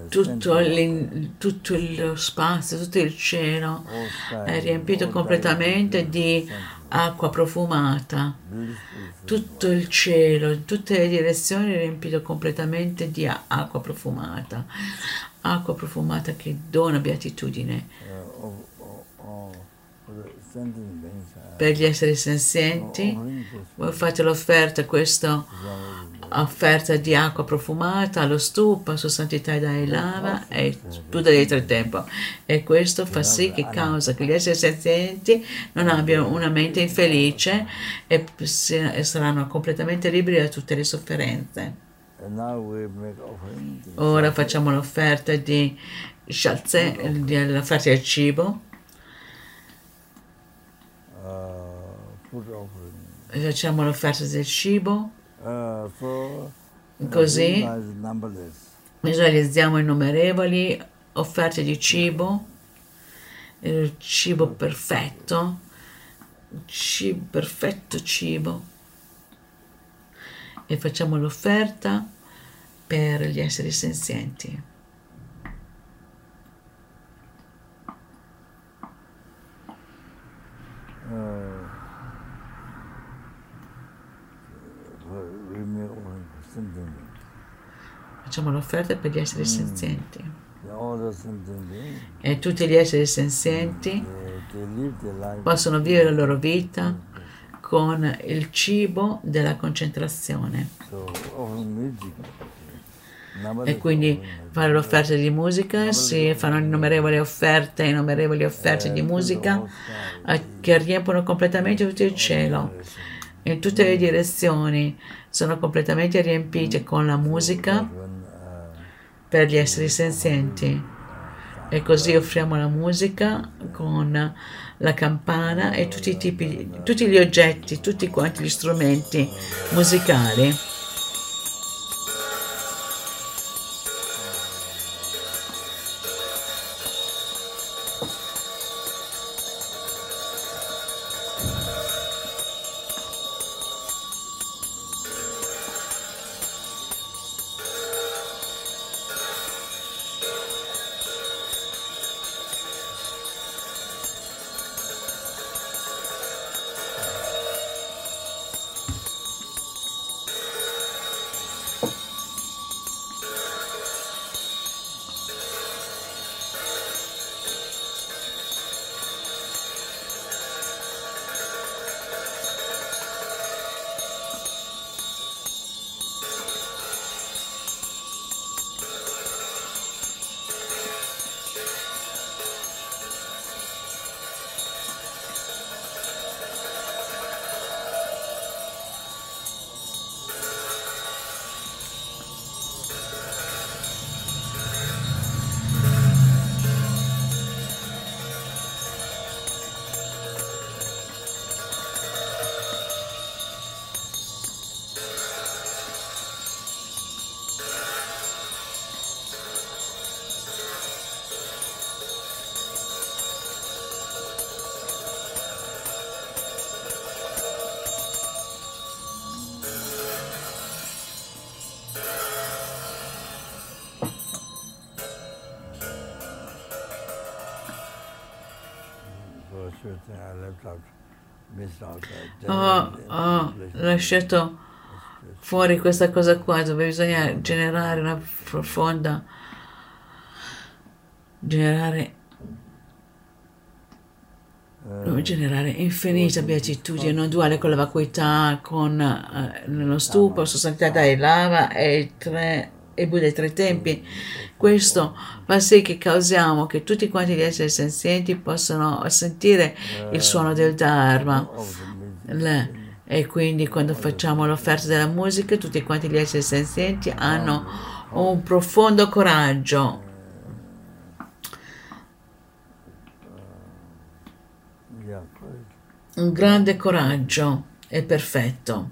B: tutto lo spazio, tutto il cielo è riempito completamente di acqua profumata. Tutto il cielo, in tutte le direzioni è riempito completamente di acqua profumata. Acqua profumata che dona beatitudine per gli esseri senzienti. Voi fate l'offerta, questa offerta di acqua profumata allo stupa, su santità e Dalai Lama e Buddha dei tre tempi, e questo fa sì che causa che gli esseri senzienti non abbiano una mente infelice e saranno completamente liberi da tutte le sofferenze. Ora facciamo l'offerta di Shalze, l'offerta del cibo. Facciamo l'offerta del cibo, così visualizziamo innumerevoli offerte di cibo, il cibo perfetto, perfetto cibo, e facciamo l'offerta per gli esseri senzienti. Facciamo l'offerta per gli esseri senzienti. E tutti gli esseri senzienti possono vivere la loro vita con il cibo della concentrazione. e quindi fare l'offerta di musica, si fanno innumerevoli offerte di musica che riempiono completamente tutto il cielo, in tutte le direzioni sono completamente riempite con la musica per gli esseri senzienti. E così offriamo la musica con la campana e tutti gli oggetti, tutti quanti gli strumenti musicali. Ho lasciato fuori questa cosa qua dove bisogna generare una profonda, generare infinita beatitudine non duale con la vacuità, con nello stupo, sostanzialità dai lava e i Buddha dei tre tempi. Questo fa sì che causiamo che tutti quanti gli esseri senzienti possano sentire il suono del Dharma. E quindi quando facciamo l'offerta della musica, tutti quanti gli esseri senzienti hanno un profondo coraggio. Un grande coraggio è perfetto.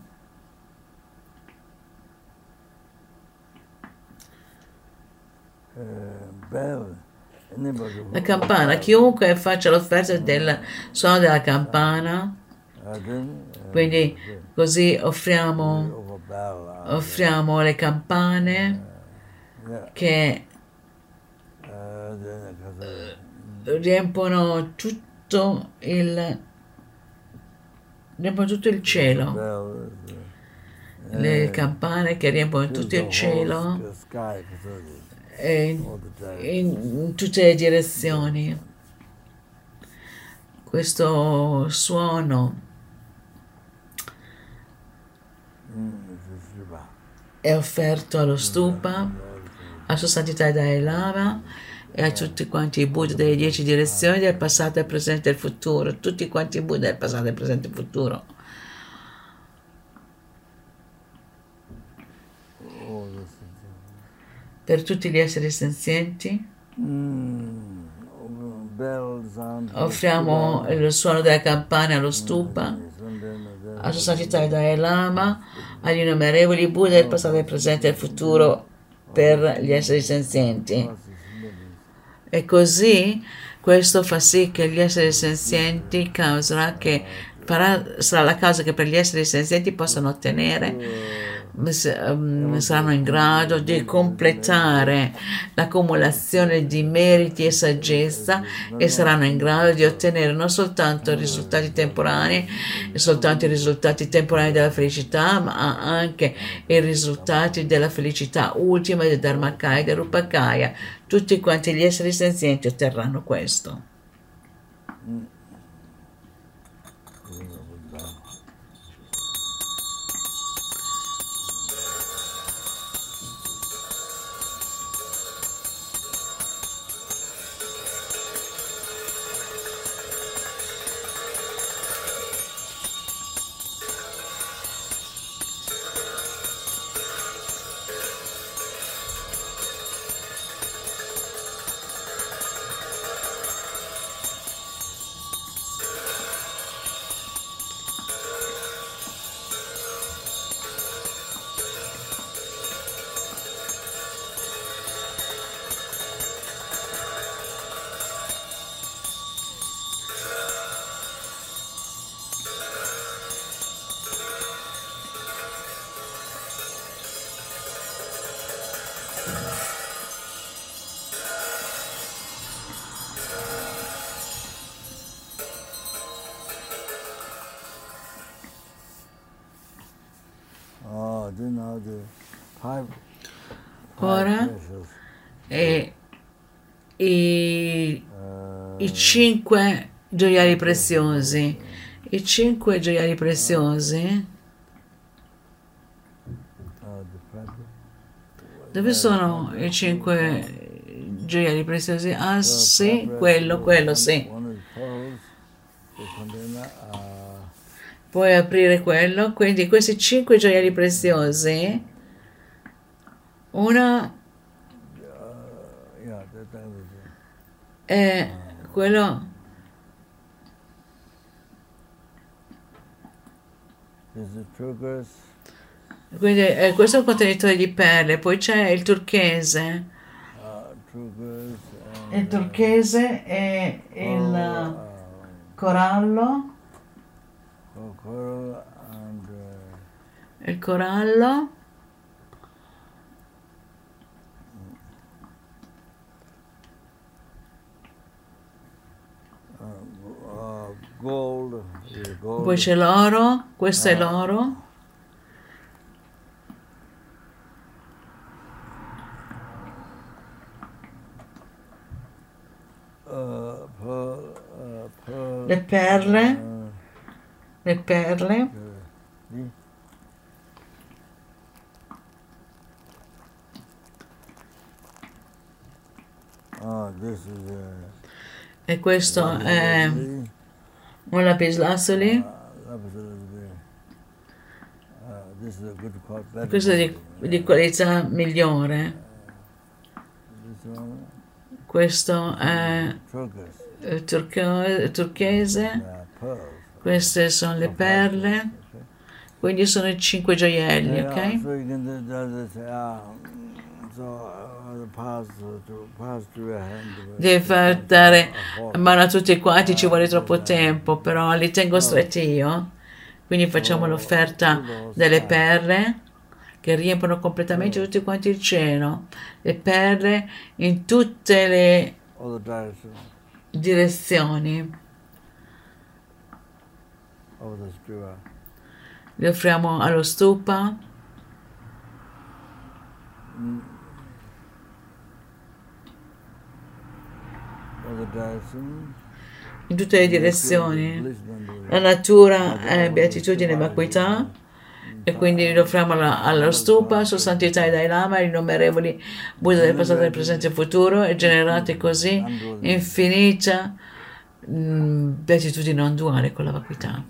B: La campana, chiunque faccia l'offerta del suono della campana, quindi così offriamo le campane che riempiono tutto il cielo, le campane che riempiono tutto il cielo in tutte le direzioni. Questo suono è offerto allo stupa, a Sua Santità Dalai Lama e a tutti quanti i Buddha delle 10 direzioni del passato, del presente e del futuro, tutti quanti i Buddha del passato, del presente e del futuro. Per tutti gli esseri senzienti offriamo il suono della campana allo stupa, a Sua Santità Dalai Lama, agli innumerevoli Buddha del passato, del presente e del futuro per gli esseri senzienti. E così questo fa sì che gli esseri senzienti sarà la causa che per gli esseri senzienti possano ottenere, saranno in grado di completare l'accumulazione di meriti e saggezza e saranno in grado di ottenere non soltanto risultati temporanei, della felicità, ma anche i risultati della felicità ultima del Dharmakaya e del Rupakaya. Tutti quanti gli esseri senzienti otterranno questo. Ora i 5 gioielli preziosi. I 5 gioielli preziosi. Dove sono i 5 gioielli preziosi? Ah sì, quello sì. Puoi aprire quello. Quindi questi 5 gioielli preziosi. Una è quello. Quindi questo è un contenitore di perle, poi c'è il turchese. Il turchese e il corallo. Il corallo. Poi c'è l'oro, questo è l'oro. Le perle. Le perle. E questo è un lapislazzuli. Questo è di qualità migliore. Questo è turchese. Queste sono le perle. Quindi sono i 5 gioielli, ok? Devi far dare mano a tutti quanti, ci vuole troppo tempo, però li tengo stretti io. Quindi facciamo l'offerta delle perle che riempiono completamente tutti quanti il cielo. Le perle in tutte le direzioni. Li offriamo allo stupa. In tutte le direzioni. La natura è beatitudine e vacuità, e quindi lo offriamo allo stupa, Sua Santità e Dalai Lama, gli innumerevoli Buddha del passato, del presente e futuro, e generate così infinita beatitudine non duale con la vacuità.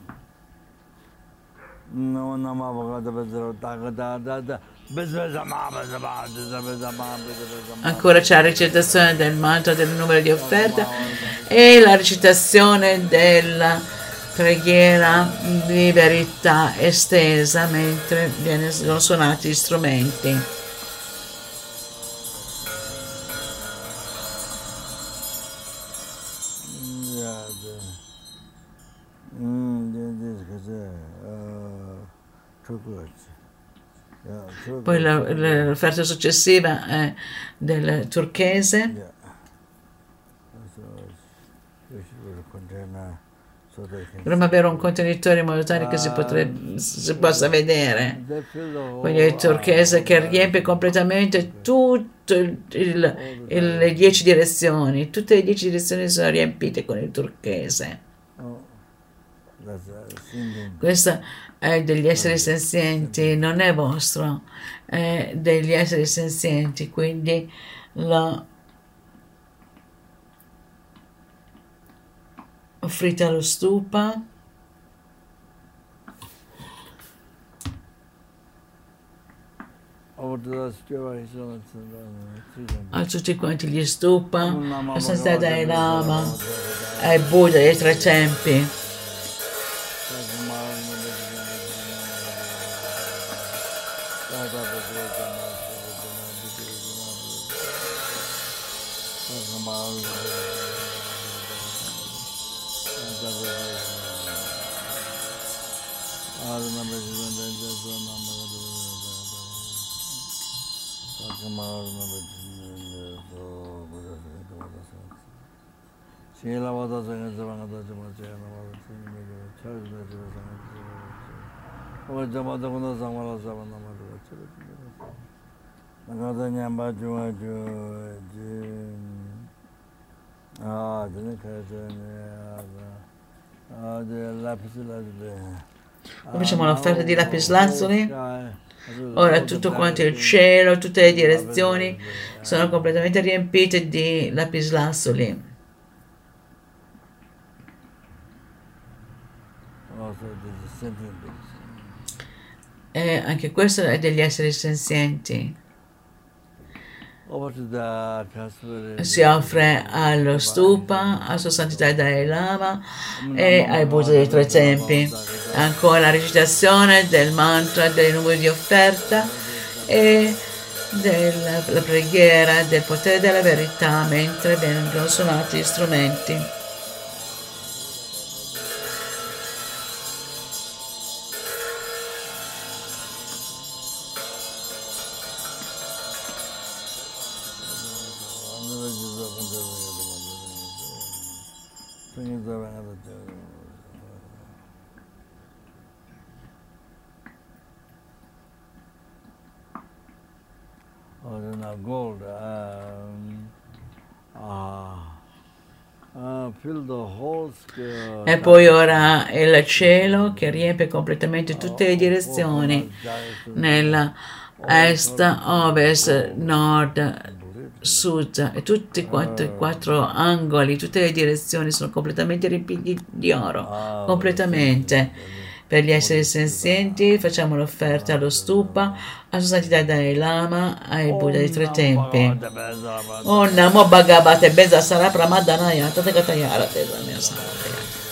B: Ancora c'è la recitazione del mantra del numero di offerta e la recitazione della preghiera di verità estesa mentre sono suonati gli strumenti. Poi l'offerta successiva è del turchese. Dovremmo avere un contenitore in modo tale che si possa vedere. Quindi il turchese che riempie completamente tutte le 10 direzioni. Tutte le 10 direzioni sono riempite con il turchese. Questo è degli esseri senzienti, non è vostro, è degli esseri senzienti, quindi lo offrite allo stupa. A tutti quanti gli stupa, la Santità Dalai Lama, ai Buddha dei tre tempi. Facciamo l'offerta di lapislazzuli. Ora tutto quanto il cielo, tutte le direzioni sono completamente riempite di lapislazzuli. E anche questo è degli esseri senzienti. Si offre allo stupa, a Sua Santità Dalai Lama e ai Buddha dei Tre Tempi. Ancora la recitazione del mantra, dei numeri di offerta e della preghiera del potere della verità mentre vengono suonati gli strumenti. E poi ora il cielo che riempie completamente tutte le direzioni, nella est, ovest, nord, sud, e tutti i quattro angoli, tutte le direzioni sono completamente riempiti di oro, completamente. Per gli esseri senzienti facciamo l'offerta allo stupa, a Sua Santità Dalai Lama, ai Buddha dei Tre Tempi. Om Namo Bhagavate Beza Sara Pramadhanaya Tathagata Tesa Mia Samaya.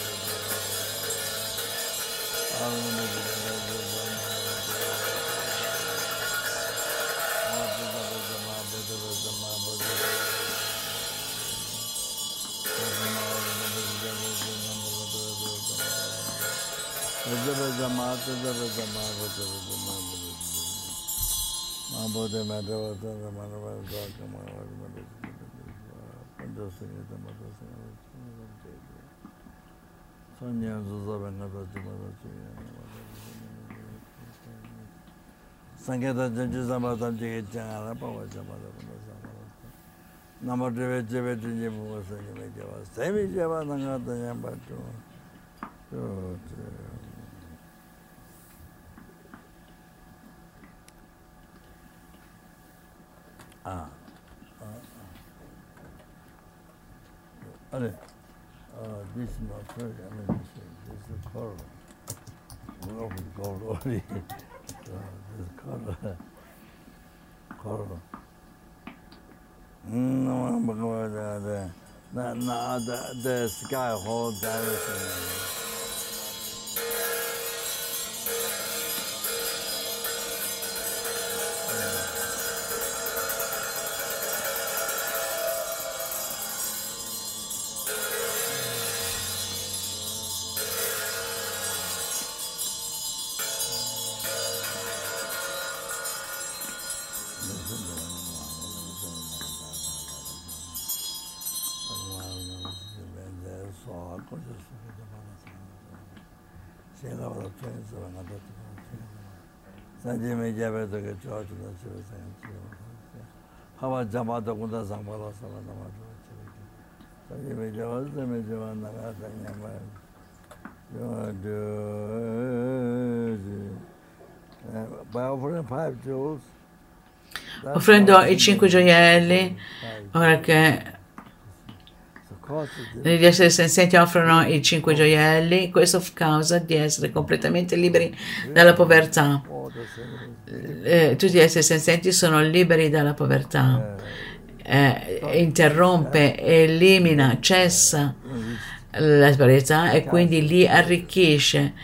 A: This is not fair. I mean, this is coral. We're open gold already. This coral. Coral. No, the sky holds direction.
B: Offrendo i 5 gioielli, ora che gli esseri senzienti offrono i 5 gioielli, questo causa di essere completamente liberi dalla povertà. Tutti gli esseri senzienti sono liberi dalla povertà. Interrompe, elimina, cessa la povertà e quindi li arricchisce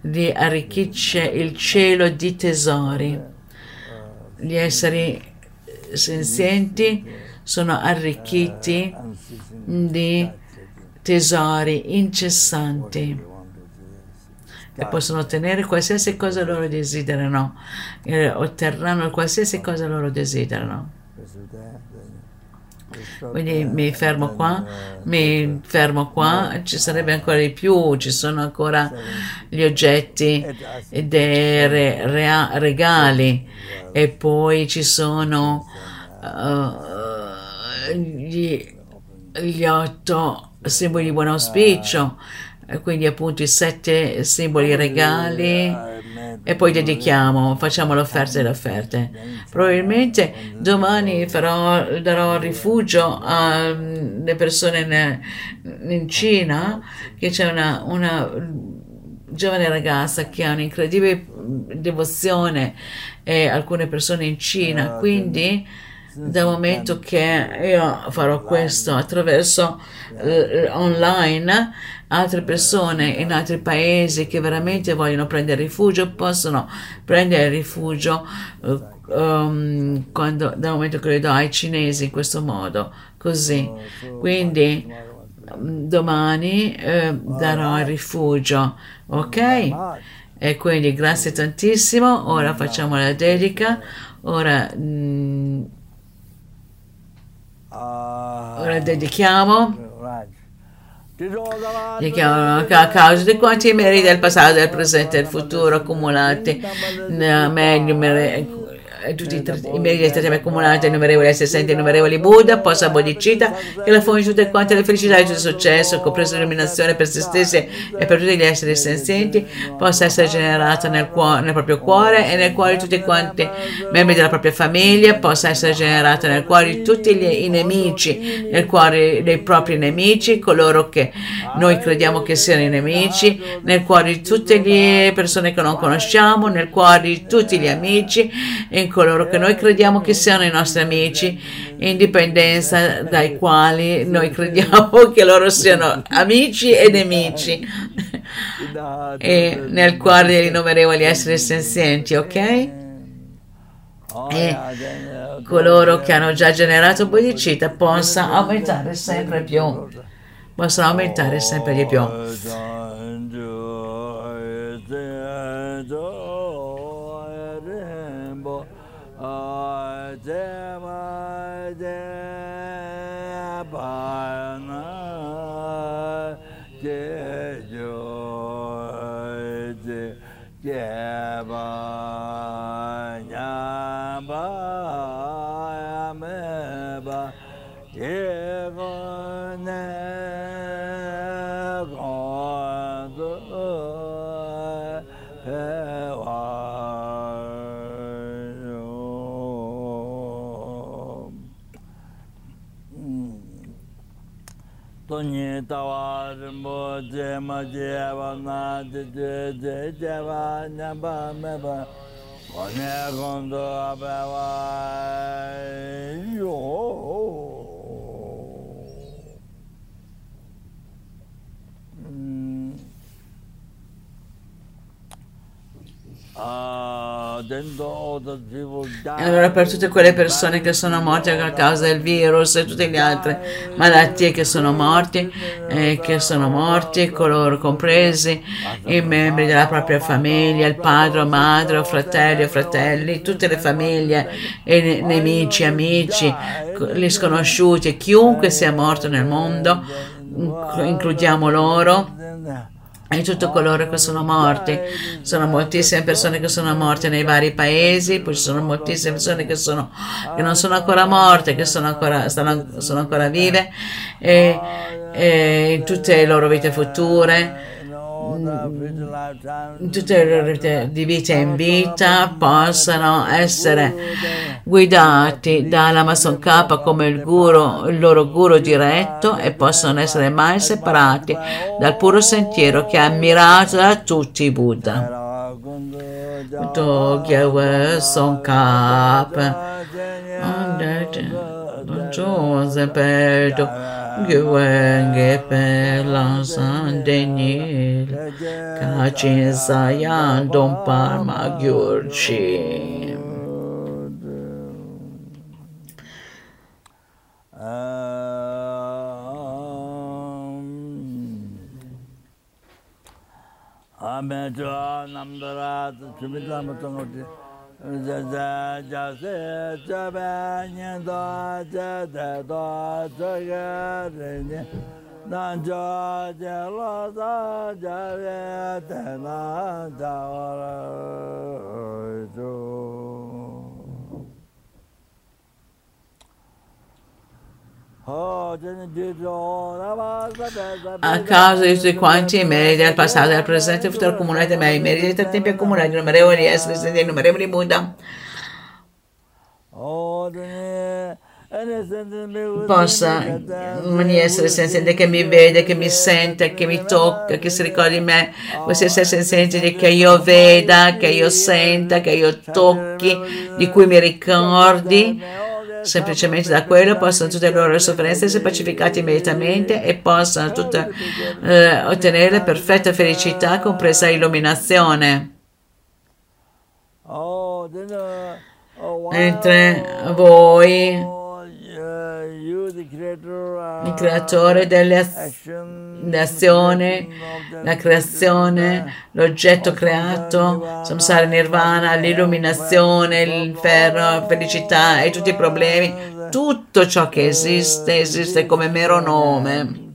B: il cielo di tesori. Gli esseri senzienti sono arricchiti di tesori incessanti e possono ottenere qualsiasi cosa loro Quindi mi fermo qua, ci sarebbe ancora di più, ci sono ancora gli oggetti dei regali e poi ci sono gli 8 simboli di buon auspicio, quindi appunto i 7 simboli regali e poi facciamo le offerte. Probabilmente domani darò rifugio alle persone in Cina, che c'è una giovane ragazza che ha un'incredibile devozione e alcune persone in Cina, quindi dal momento che io farò questo attraverso online, altre persone in altri paesi che veramente vogliono prendere rifugio possono prendere rifugio dal momento che le do ai cinesi in questo modo, così. Quindi domani darò il rifugio, ok? E quindi grazie tantissimo. Ora facciamo la dedica. Ora dedichiamo a causa di quanti meriti del passato, del presente e del futuro accumulati, tutti i meriti dei stati accumulati, innumerevoli esseri senti, innumerevoli Buddha, possa Bodhicitta, che la fonte di tutte quante le felicità e tutto il successo, compresa l'illuminazione per se stessi e per tutti gli esseri senzienti, possa essere generata nel proprio cuore e nel cuore di tutti quanti membri della propria famiglia, possa essere generata nel cuore di tutti i nemici, nel cuore dei propri nemici, coloro che noi crediamo che siano i nemici, nel cuore di tutte le persone che non conosciamo, nel cuore di tutti gli amici, in coloro che noi crediamo che siano i nostri amici, in dipendenza dai quali noi crediamo che loro siano amici e nemici, e nel cuore degli innumerevoli esseri senzienti, ok? E coloro che hanno già generato bodhicitta possano aumentare sempre più. Possono aumentare sempre di più. Allora per tutte quelle persone che sono morte a causa del virus e tutte le altre malattie che sono morti, coloro compresi i membri della propria famiglia, il padre o madre o fratelli o fratelli, tutte le famiglie e nemici, amici, gli sconosciuti, chiunque sia morto nel mondo, includiamo loro. E tutti coloro che sono morti, sono moltissime persone che sono morte nei vari paesi, poi ci sono moltissime persone che non sono ancora morte, che sono ancora vive, e in tutte le loro vite future, in tutte le loro vite di vita in vita, possano essere guidati dalla Tsongkhapa come il loro guru diretto, e possono essere mai separati dal puro sentiero che è ammirato da tutti i Buddha. Togyewe Tsongkhapa Jose Perdo Gyuenge per l'ensan denil Kachin Sayan Don Parma Gyurchi. A causa di tutti quanti i meriti del passato, del presente e del futuro accumulati a me, i meriti del tempo accumulati, innumerevoli esseri senti, innumerevoli Buddha, possa ogni essere senziente che mi vede, che mi sente, che mi tocca, che si ricorda di me, questi esseri senzienti che io veda, che io senta, che io tocchi, di cui mi ricordi, semplicemente da quello possono tutte le loro sofferenze essere pacificate immediatamente e possono tutte ottenere perfetta felicità, compresa l'illuminazione. Mentre voi, il creatore delle azioni, la creazione, l'oggetto creato, samsara nirvana, l'illuminazione, l'inferno, la felicità e tutti i problemi, tutto ciò che esiste come mero nome.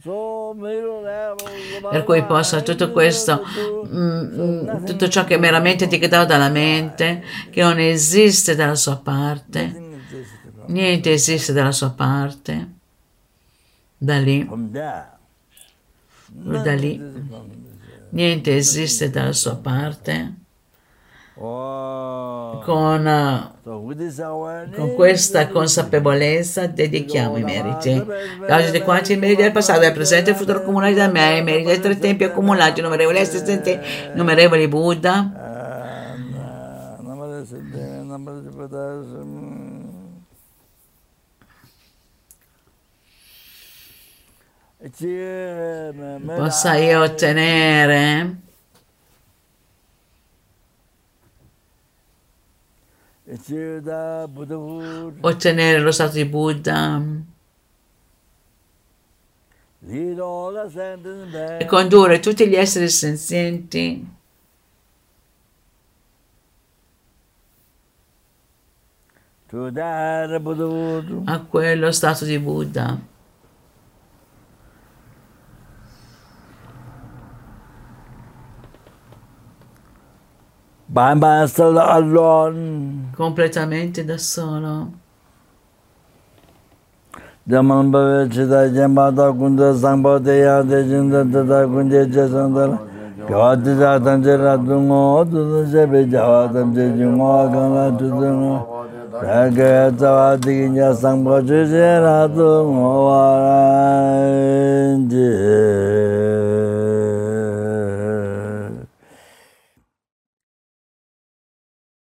B: Per cui possa tutto questo, tutto ciò che è meramente etichettato dalla mente, che non esiste dalla sua parte, niente esiste dalla sua parte, da lì, niente esiste dalla sua parte, con questa consapevolezza dedichiamo i meriti. Causa di quanti i meriti del passato, del presente e del futuro accumulati da me, i meriti dei 3 tempi accumulati, innumerevoli assistenti, innumerevoli Buddha, possa io ottenere lo stato di Buddha e condurre tutti gli esseri senzienti a quello stato di Buddha. Completamente da solo.